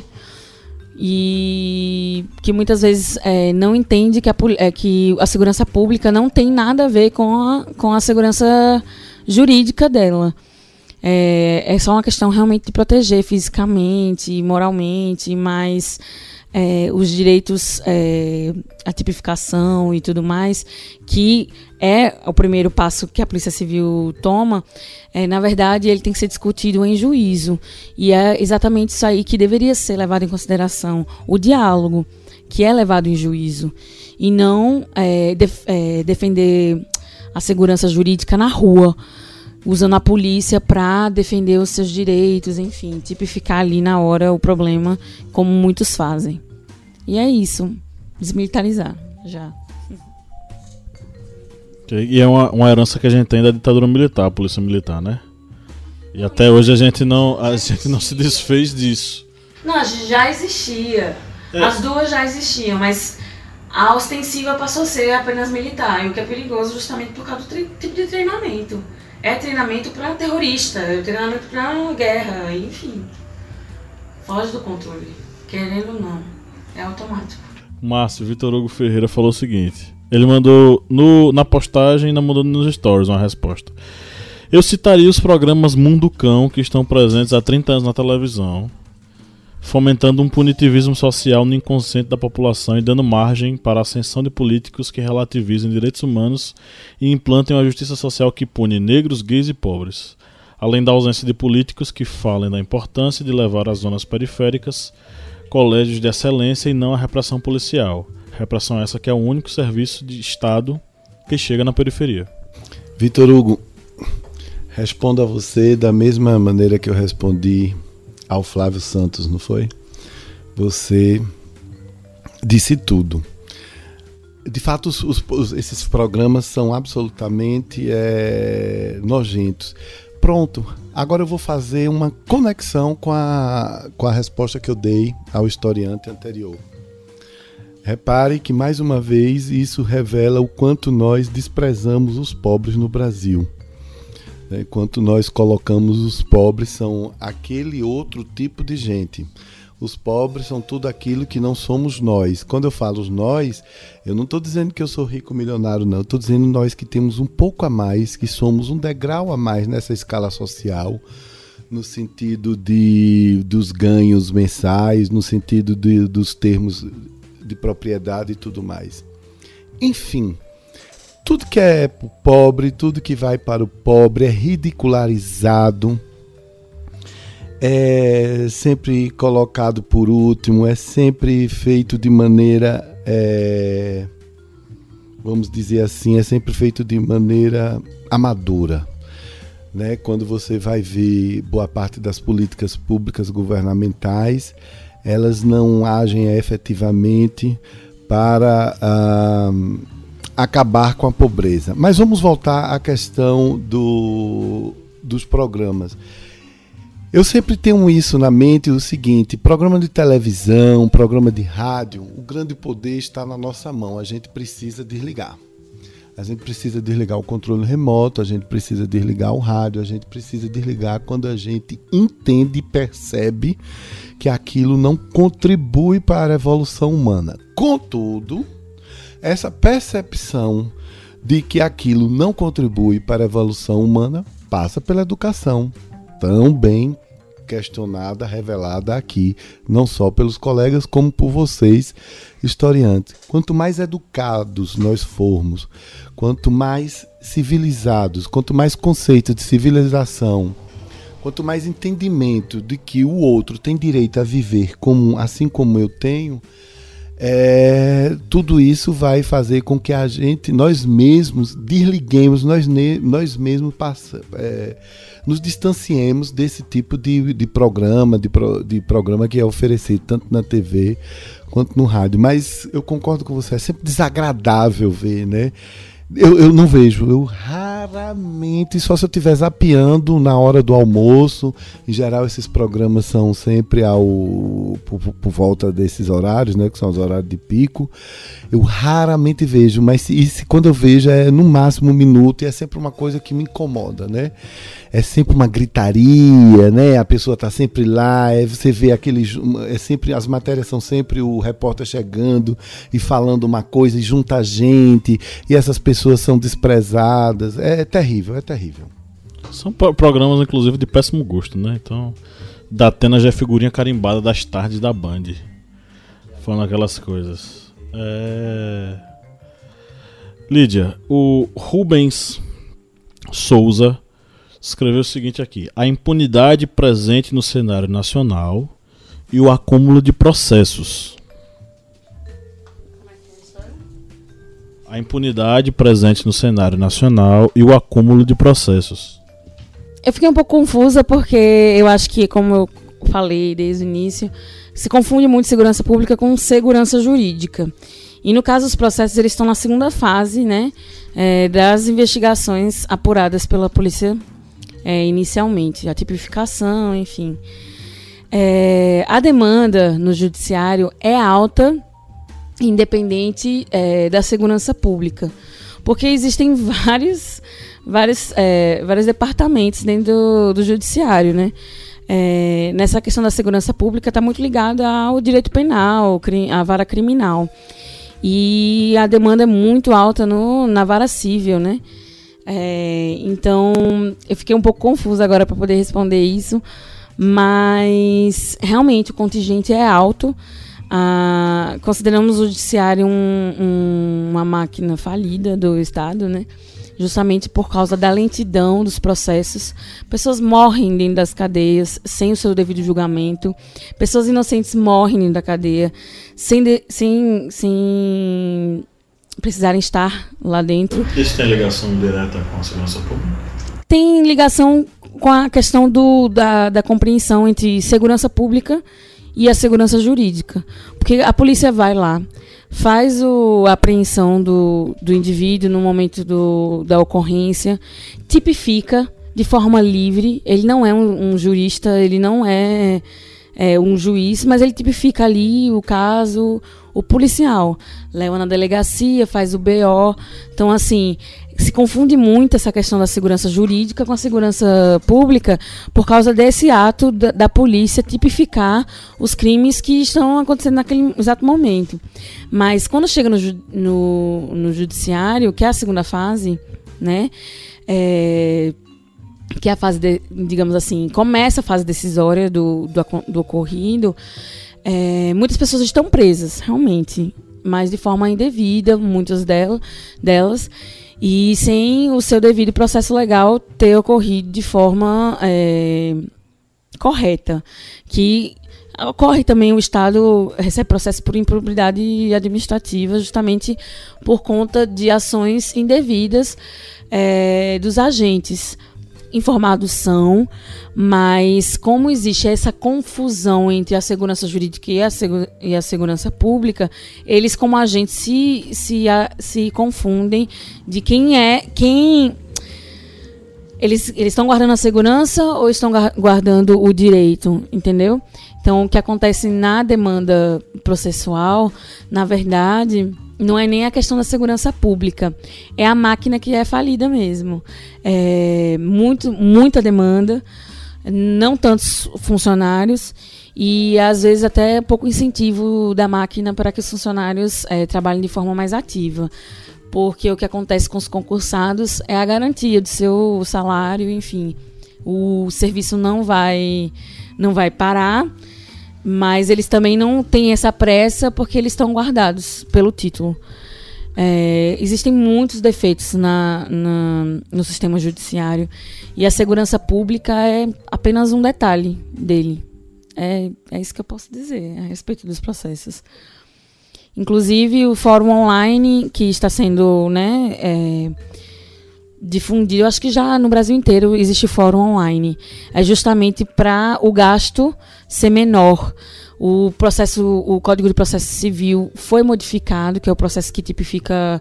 E que muitas vezes não entende que a segurança pública não tem nada a ver com a segurança jurídica dela. É só uma questão realmente de proteger fisicamente, moralmente, mas os direitos, a tipificação e tudo mais, que é o primeiro passo que a Polícia Civil toma, na verdade, ele tem que ser discutido em juízo. E é exatamente isso aí que deveria ser levado em consideração, o diálogo, que é levado em juízo, e não defender a segurança jurídica na rua, usando a polícia para defender os seus direitos, enfim, tipificar ali na hora o problema, como muitos fazem. E é isso, desmilitarizar, já. E é uma herança que a gente tem da ditadura militar, a polícia militar, né? E até hoje a gente não se desfez disso. Não, já existia. As duas já existiam, mas a ostensiva passou a ser apenas militar, e o que é perigoso justamente por causa do tipo de treinamento. É treinamento para terrorista, é treinamento para guerra, enfim. Foge do controle, querendo ou não. É automático. Márcio, Vitor Hugo Ferreira falou o seguinte. Ele mandou na postagem e ainda mandou nos stories uma resposta. Eu citaria os programas Mundo Cão que estão presentes há 30 anos na televisão, fomentando um punitivismo social no inconsciente da população e dando margem para a ascensão de políticos que relativizem direitos humanos e implantem uma justiça social que pune negros, gays e pobres, além da ausência de políticos que falem da importância de levar às zonas periféricas colégios de excelência e não a repressão policial. Repressão essa que é o único serviço de Estado que chega na periferia. Vitor Hugo, respondo a você da mesma maneira que eu respondi ao Flávio Santos, não foi? Você disse tudo. De fato, esses programas são absolutamente nojentos. Pronto, agora eu vou fazer uma conexão com a resposta que eu dei ao historiante anterior. Repare que, mais uma vez, isso revela o quanto nós desprezamos os pobres no Brasil. Quanto nós colocamos os pobres são aquele outro tipo de gente. Os pobres são tudo aquilo que não somos nós. Quando eu falo nós, eu não estou dizendo que eu sou rico milionário, não. Eu estou dizendo nós que temos um pouco a mais, que somos um degrau a mais nessa escala social, no sentido dos ganhos mensais, no sentido dos termos de propriedade e tudo mais. Enfim, tudo que é pobre, tudo que vai para o pobre é ridicularizado, é sempre colocado por último, é sempre feito de maneira, vamos dizer assim, é sempre feito de maneira amadora. Né? Quando você vai ver boa parte das políticas públicas governamentais, elas não agem efetivamente para acabar com a pobreza. Mas vamos voltar à questão dos programas. Eu sempre tenho isso na mente, o seguinte: programa de televisão, programa de rádio, o grande poder está na nossa mão, a gente precisa desligar. A gente precisa desligar o controle remoto, a gente precisa desligar o rádio, a gente precisa desligar quando a gente entende e percebe que aquilo não contribui para a evolução humana. Contudo, essa percepção de que aquilo não contribui para a evolução humana passa pela educação, tão bem questionada, revelada aqui, não só pelos colegas, como por vocês, historiantes. Quanto mais educados nós formos, quanto mais civilizados, quanto mais conceito de civilização, quanto mais entendimento de que o outro tem direito a viver assim como eu tenho, tudo isso vai fazer com que nós mesmos, desliguemos, nós mesmos nos distanciemos desse tipo de programa, de programa que é oferecido tanto na TV quanto no rádio. Mas eu concordo com você, é sempre desagradável ver, né? Eu não vejo, eu raramente, só se eu estiver zapeando na hora do almoço. Em geral, esses programas são sempre por volta desses horários, né, que são os horários de pico. Eu raramente vejo, mas quando eu vejo é no máximo 1 minuto, e é sempre uma coisa que me incomoda, né? É sempre uma gritaria, né? A pessoa está sempre lá, você vê as matérias são sempre o repórter chegando e falando uma coisa e junta a gente, e essas pessoas são desprezadas. É terrível, é terrível. São programas, inclusive, de péssimo gosto, né? Então, Datena já é figurinha carimbada das tardes da Band, falando aquelas coisas. Lídia, o Rubens Souza escreveu o seguinte aqui: a impunidade presente no cenário nacional e o acúmulo de processos. A impunidade presente no cenário nacional e o acúmulo de processos. Eu fiquei um pouco confusa porque eu acho que, como eu falei desde o início, se confunde muito segurança pública com segurança jurídica. E no caso, os processos eles estão na segunda fase, né, das investigações apuradas pela polícia inicialmente, a tipificação, enfim. A demanda no judiciário é alta, independente da segurança pública, porque existem vários departamentos dentro do judiciário, né? Nessa questão da segurança pública está muito ligada ao direito penal, à vara criminal, e a demanda é muito alta na vara civil, né? Então eu fiquei um pouco confusa agora para poder responder isso, mas realmente o contingente é alto. Consideramos o judiciário uma máquina falida do Estado, né? Justamente por causa da lentidão dos processos. Pessoas morrem dentro das cadeias sem o seu devido julgamento. Pessoas inocentes morrem dentro da cadeia sem precisarem estar lá dentro. Isso tem ligação direta com a segurança pública? Tem ligação com a questão da compreensão entre segurança pública e a segurança jurídica. Porque a polícia vai lá, faz a apreensão do indivíduo no momento da ocorrência, tipifica de forma livre. Ele não é um jurista, ele não é um juiz, mas ele tipifica ali o caso, o policial leva na delegacia, faz o BO. Então, assim, se confunde muito essa questão da segurança jurídica com a segurança pública por causa desse ato da polícia tipificar os crimes que estão acontecendo naquele exato momento. Mas quando chega no judiciário, que é a segunda fase, né, que é a fase, digamos assim, começa a fase decisória do ocorrido, muitas pessoas estão presas, realmente, mas de forma indevida, muitas delas, e sem o seu devido processo legal ter ocorrido de forma correta. Que ocorre também, o Estado recebe processo por improbidade administrativa, justamente por conta de ações indevidas dos agentes. Informados são, mas como existe essa confusão entre a segurança jurídica e a segurança pública, eles como agentes se confundem de quem eles estão guardando a segurança ou estão guardando o direito, entendeu? Então, o que acontece na demanda processual, na verdade, não é nem a questão da segurança pública, é a máquina que é falida mesmo. Muita demanda, não tantos funcionários e, às vezes, até pouco incentivo da máquina para que os funcionários trabalhem de forma mais ativa. Porque o que acontece com os concursados é a garantia do seu salário, enfim. O serviço não vai parar, mas eles também não têm essa pressa porque eles estão guardados pelo título. Existem muitos defeitos no sistema judiciário e a segurança pública é apenas um detalhe dele. É isso que eu posso dizer a respeito dos processos. Inclusive, o fórum online que está sendo, né, difundido, acho que já no Brasil inteiro existe fórum online. É justamente para o gasto ser menor. O Código de Processo Civil foi modificado, que é o processo que tipifica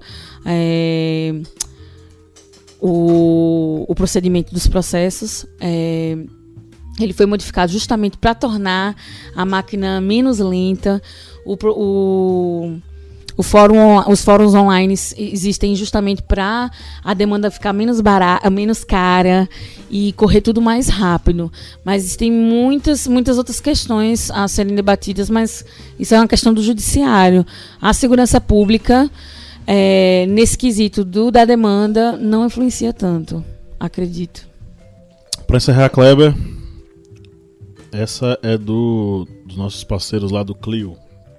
o procedimento dos processos. Ele foi modificado justamente para tornar a máquina menos lenta. Os fóruns online existem justamente para a demanda ficar menos cara e correr tudo mais rápido. Mas existem muitas outras questões a serem debatidas, mas isso é uma questão do judiciário. A segurança pública, nesse quesito da demanda, não influencia tanto, acredito. Para encerrar, Kleber, essa é dos nossos parceiros lá do Clio.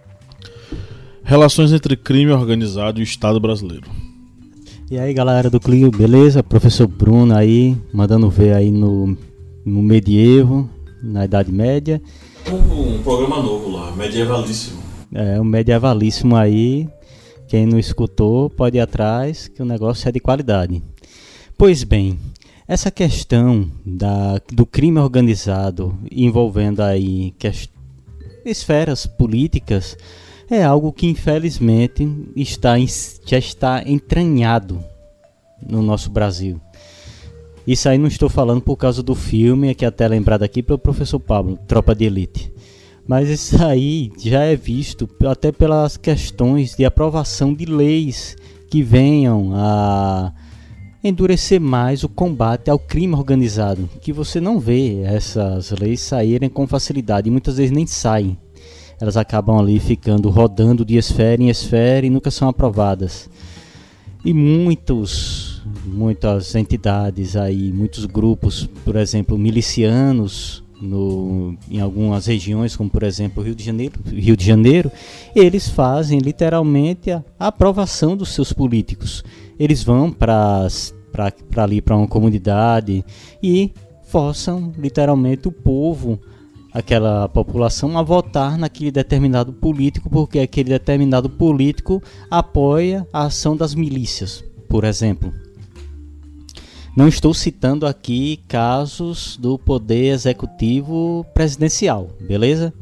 Relações entre crime organizado e o Estado brasileiro. E aí, galera do Clio, beleza? Professor Bruno aí, mandando ver aí no medievo, na Idade Média. Um programa novo lá, medievalíssimo. Um medievalíssimo aí. Quem não escutou pode ir atrás, que o negócio é de qualidade. Pois bem, essa questão do crime organizado envolvendo aí esferas políticas é algo que infelizmente já está entranhado no nosso Brasil. Isso aí não estou falando por causa do filme, que é até lembrado aqui pelo professor Pablo, Tropa de Elite. Mas isso aí já é visto até pelas questões de aprovação de leis que venham a endurecer mais o combate ao crime organizado, que você não vê essas leis saírem com facilidade e muitas vezes nem saem. Elas acabam ali ficando rodando de esfera em esfera e nunca são aprovadas. E muitas entidades aí, muitos grupos, por exemplo, milicianos, em algumas regiões, como por exemplo Rio de Janeiro, eles fazem literalmente a aprovação dos seus políticos. Eles vão para uma comunidade e forçam literalmente o povo, aquela população, a votar naquele determinado político, porque aquele determinado político apoia a ação das milícias, por exemplo. Não estou citando aqui casos do poder executivo presidencial, beleza?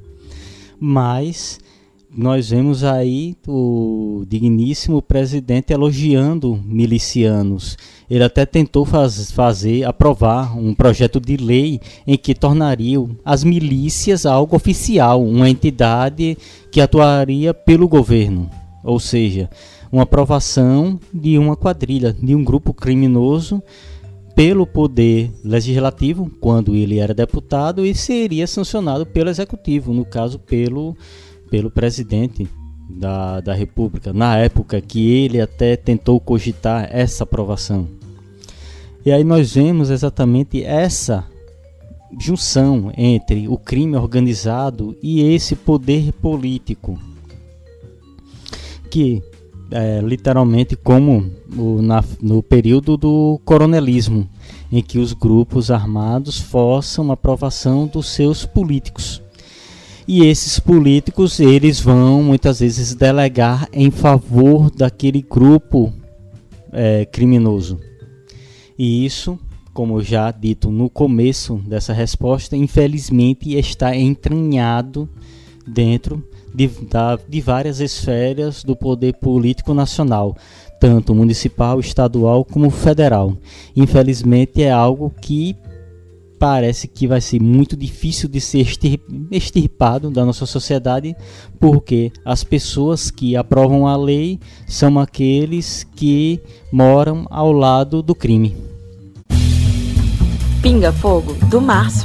Mas nós vemos aí o digníssimo presidente elogiando milicianos. Ele até tentou aprovar um projeto de lei em que tornaria as milícias algo oficial, uma entidade que atuaria pelo governo. Ou seja, uma aprovação de uma quadrilha, de um grupo criminoso pelo poder legislativo, quando ele era deputado, e seria sancionado pelo executivo, no caso pelo presidente da República, na época que ele até tentou cogitar essa aprovação. E aí nós vemos exatamente essa junção entre o crime organizado e esse poder político, que literalmente como no período do coronelismo, em que os grupos armados forçam a aprovação dos seus políticos. E esses políticos, eles vão muitas vezes delegar em favor daquele grupo criminoso. E isso, como já dito no começo dessa resposta, infelizmente está entranhado dentro de várias esferas do poder político nacional, tanto municipal, estadual como federal. Infelizmente é algo que parece que vai ser muito difícil de ser extirpado da nossa sociedade, porque as pessoas que aprovam a lei são aqueles que moram ao lado do crime. Pinga Fogo, do Márcio.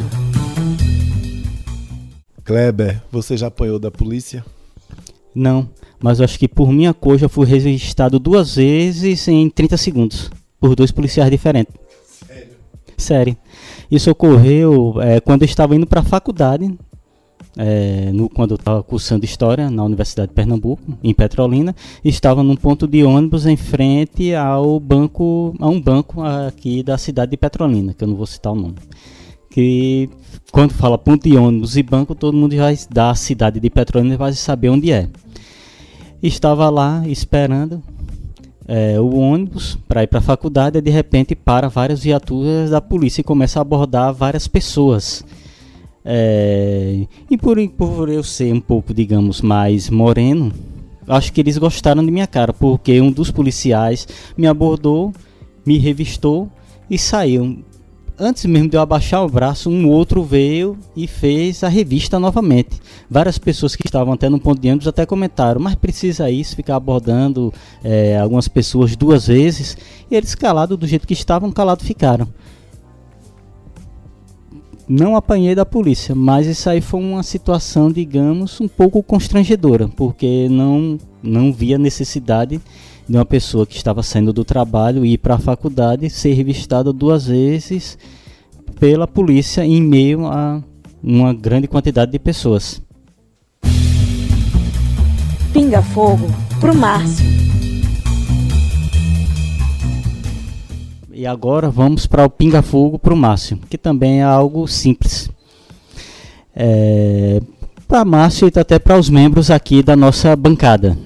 Kleber, você já apanhou da polícia? Não, mas eu acho que por minha cor já fui registrado 2 vezes em 30 segundos, por 2 policiais diferentes. Sério. Isso ocorreu quando eu estava indo para a faculdade, quando eu estava cursando História na Universidade de Pernambuco, em Petrolina. Estava num ponto de ônibus em frente a um banco aqui da cidade de Petrolina, que eu não vou citar o nome. Que quando fala ponto de ônibus e banco, todo mundo já da cidade de Petrolina vai saber onde é. Estava lá esperando o ônibus para ir para a faculdade, e de repente para várias viaturas da polícia e começa a abordar várias pessoas. E por eu ser um pouco, digamos, mais moreno, acho que eles gostaram de minha cara, porque um dos policiais me abordou, me revistou e saiu. Antes mesmo de eu abaixar o braço, um outro veio e fez a revista novamente. Várias pessoas que estavam até no ponto de ônibus até comentaram: mas precisa isso, ficar abordando algumas pessoas 2 vezes? E eles, calados do jeito que estavam, calados ficaram. Não apanhei da polícia, mas isso aí foi uma situação, digamos, um pouco constrangedora, porque não via necessidade de uma pessoa que estava saindo do trabalho e ir para a faculdade ser revistada 2 vezes pela polícia em meio a uma grande quantidade de pessoas. Pinga fogo pro Márcio. E agora vamos para o Pinga Fogo pro Márcio, que também é algo simples. Para Márcio e até para os membros aqui da nossa bancada.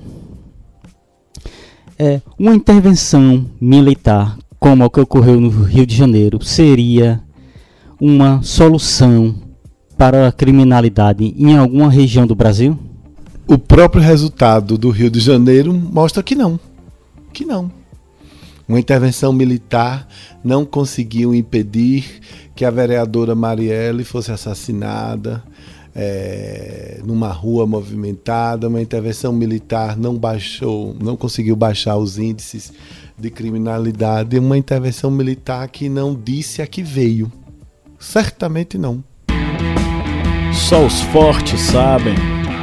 Uma intervenção militar como a que ocorreu no Rio de Janeiro seria uma solução para a criminalidade em alguma região do Brasil? O próprio resultado do Rio de Janeiro mostra que não. Que não. Uma intervenção militar não conseguiu impedir que a vereadora Marielle fosse assassinada numa rua movimentada. Uma intervenção militar não conseguiu baixar os índices de criminalidade. Uma intervenção militar que não disse a que veio. Certamente não. Só os fortes sabem.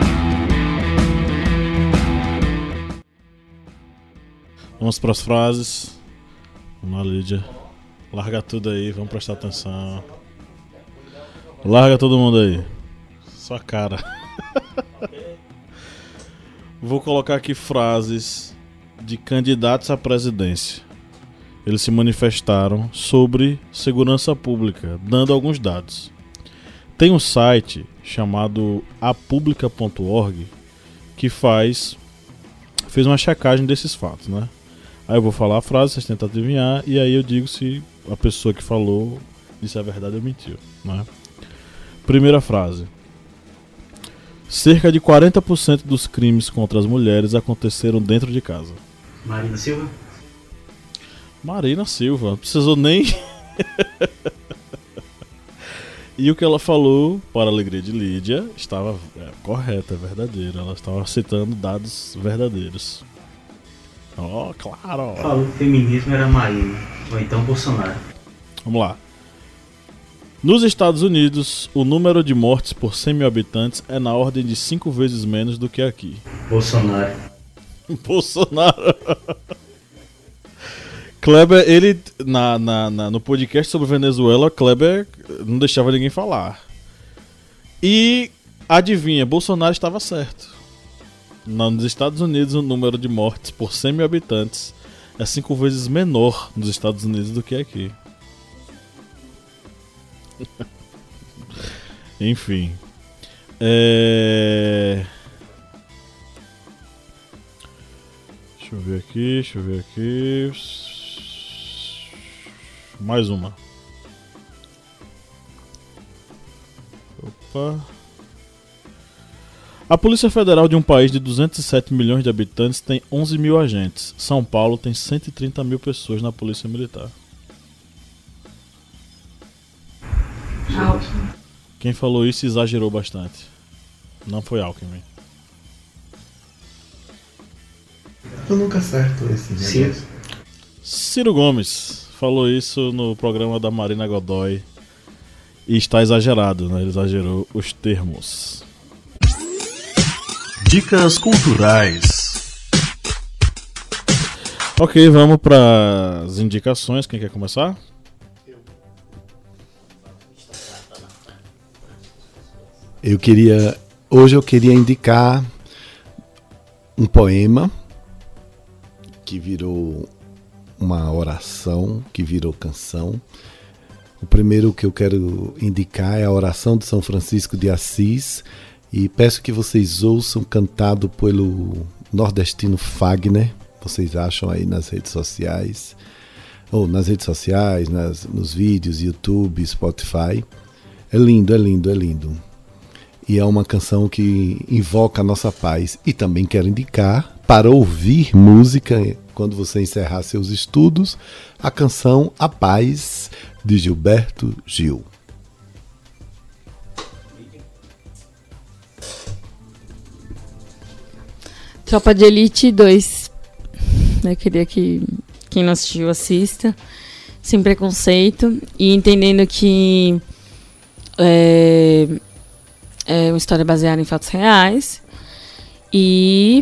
Vamos para as frases. Vamos lá, Lídia. Larga tudo aí, vamos prestar atenção. Larga todo mundo aí. Sua cara. Vou colocar aqui frases de candidatos à presidência. Eles se manifestaram sobre segurança pública, dando alguns dados. Tem um site chamado apublica.org que fez uma checagem desses fatos, né? Aí eu vou falar a frase, vocês tentam adivinhar, e aí eu digo se a pessoa que falou disse a verdade ou mentiu, né? Primeira frase. Cerca de 40% dos crimes contra as mulheres aconteceram dentro de casa. Marina Silva? Marina Silva, não precisou nem... E o que ela falou, para a alegria de Lídia, estava correto, é verdadeiro. Ela estava citando dados verdadeiros. Claro! Falou que o feminismo era Marina, ou então Bolsonaro. Vamos lá. Nos Estados Unidos, o número de mortes por 100 mil habitantes é na ordem de 5 vezes menos do que aqui. Bolsonaro. Bolsonaro. Kleber, ele no podcast sobre Venezuela, Kleber não deixava ninguém falar. E adivinha, Bolsonaro estava certo. Nos Estados Unidos, o número de mortes por 100 mil habitantes é 5 vezes menor nos Estados Unidos do que aqui. Enfim. Deixa eu ver aqui. Mais uma. Opa. A Polícia Federal de um país de 207 milhões de habitantes tem 11 mil agentes. São Paulo tem 130 mil pessoas na Polícia Militar. Alckmin. Quem falou isso exagerou bastante. Não foi Alckmin. Eu nunca acerto esse negócio. Ciro Gomes falou isso no programa da Marina Godoy. E está exagerado, né? Ele exagerou os termos. Dicas culturais. Ok, vamos para as indicações. Quem quer começar? Hoje eu queria indicar um poema que virou uma oração, que virou canção. O primeiro que eu quero indicar é a oração de São Francisco de Assis, e peço que vocês ouçam, cantado pelo Nordestino Fagner. Vocês acham aí nas redes sociais, ou nas redes sociais, nos vídeos, YouTube, Spotify. É lindo, é lindo, é lindo. E é uma canção que invoca a nossa paz. E também quero indicar, para ouvir música, quando você encerrar seus estudos, a canção A Paz, de Gilberto Gil. Tropa de Elite 2. Eu queria que quem não assistiu assista. Sem preconceito. E entendendo que é uma história baseada em fatos reais. E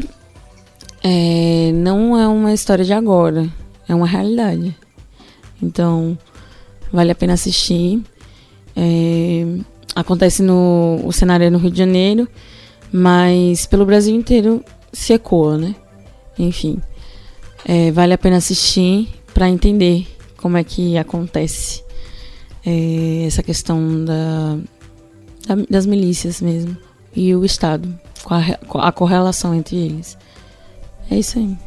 não é uma história de agora. É uma realidade. Então, vale a pena assistir. Acontece o cenário é no Rio de Janeiro. Mas pelo Brasil inteiro se ecoa, né? Enfim, vale a pena assistir para entender como é que acontece essa questão das milícias mesmo e o Estado, a correlação entre eles. É isso aí.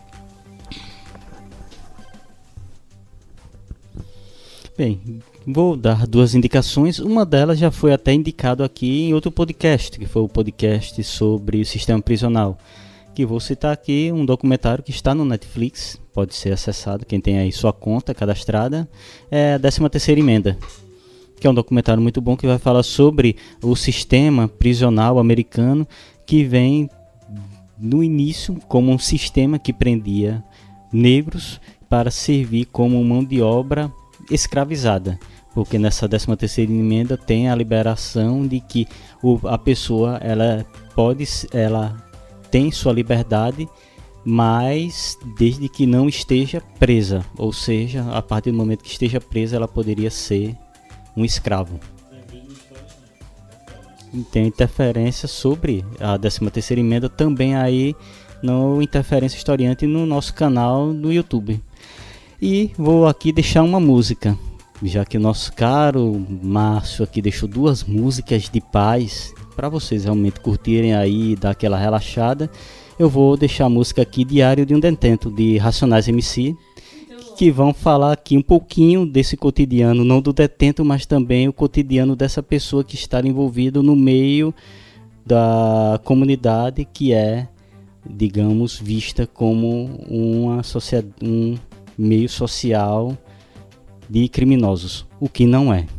Bem, vou dar 2 indicações. Uma delas já foi até indicado aqui em outro podcast, que foi o podcast sobre o sistema prisional. Que vou citar aqui um documentário que está no Netflix, pode ser acessado, quem tem aí sua conta cadastrada, é a 13ª Emenda, que é um documentário muito bom que vai falar sobre o sistema prisional americano, que vem no início como um sistema que prendia negros para servir como mão de obra escravizada, porque nessa 13ª Emenda tem a liberação de que a pessoa ela tem sua liberdade, mas desde que não esteja presa, ou seja, a partir do momento que esteja presa ela poderia ser um escravo. Tem interferência sobre a 13ª Emenda também aí no Interferência Historiante no nosso canal no YouTube. E vou aqui deixar uma música, já que o nosso caro Márcio aqui deixou 2 músicas de paz para vocês realmente curtirem aí e dar aquela relaxada. Eu vou deixar a música aqui, Diário de um Detento, de Racionais MC, que vão falar aqui um pouquinho desse cotidiano, não do detento, mas também o cotidiano dessa pessoa que está envolvida no meio da comunidade, que é, digamos, vista como um meio social de criminosos, o que não é.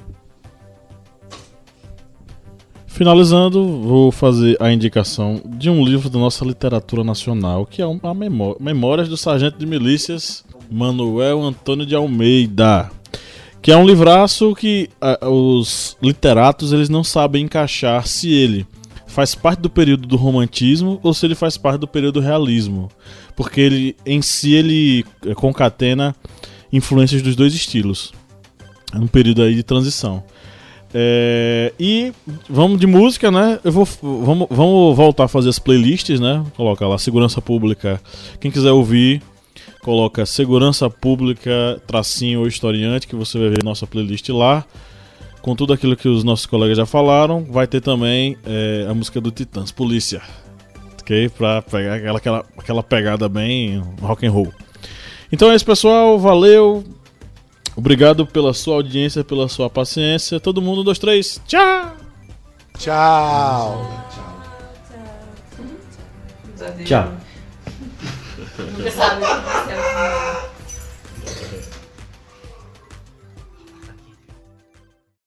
Finalizando, vou fazer a indicação de um livro da nossa literatura nacional, que é a Memórias do Sargento de Milícias Manuel Antônio de Almeida, que é um livraço que os literatos eles não sabem encaixar se ele faz parte do período do romantismo ou se ele faz parte do período do realismo, porque ele em si ele concatena influências dos 2 estilos. É um período aí de transição. E vamos de música, né? Vamos voltar a fazer as playlists, né? Coloca lá Segurança Pública. Quem quiser ouvir, coloca Segurança Pública _ historiante, que você vai ver nossa playlist lá. Com tudo aquilo que os nossos colegas já falaram, vai ter também a música do Titãs, Polícia. Ok? Pra pegar aquela pegada bem rock and roll. Então é isso, pessoal. Valeu. Obrigado pela sua audiência, pela sua paciência. Todo mundo, 1, 2, 3. Tchau! Tchau! Tchau! Nunca sabe.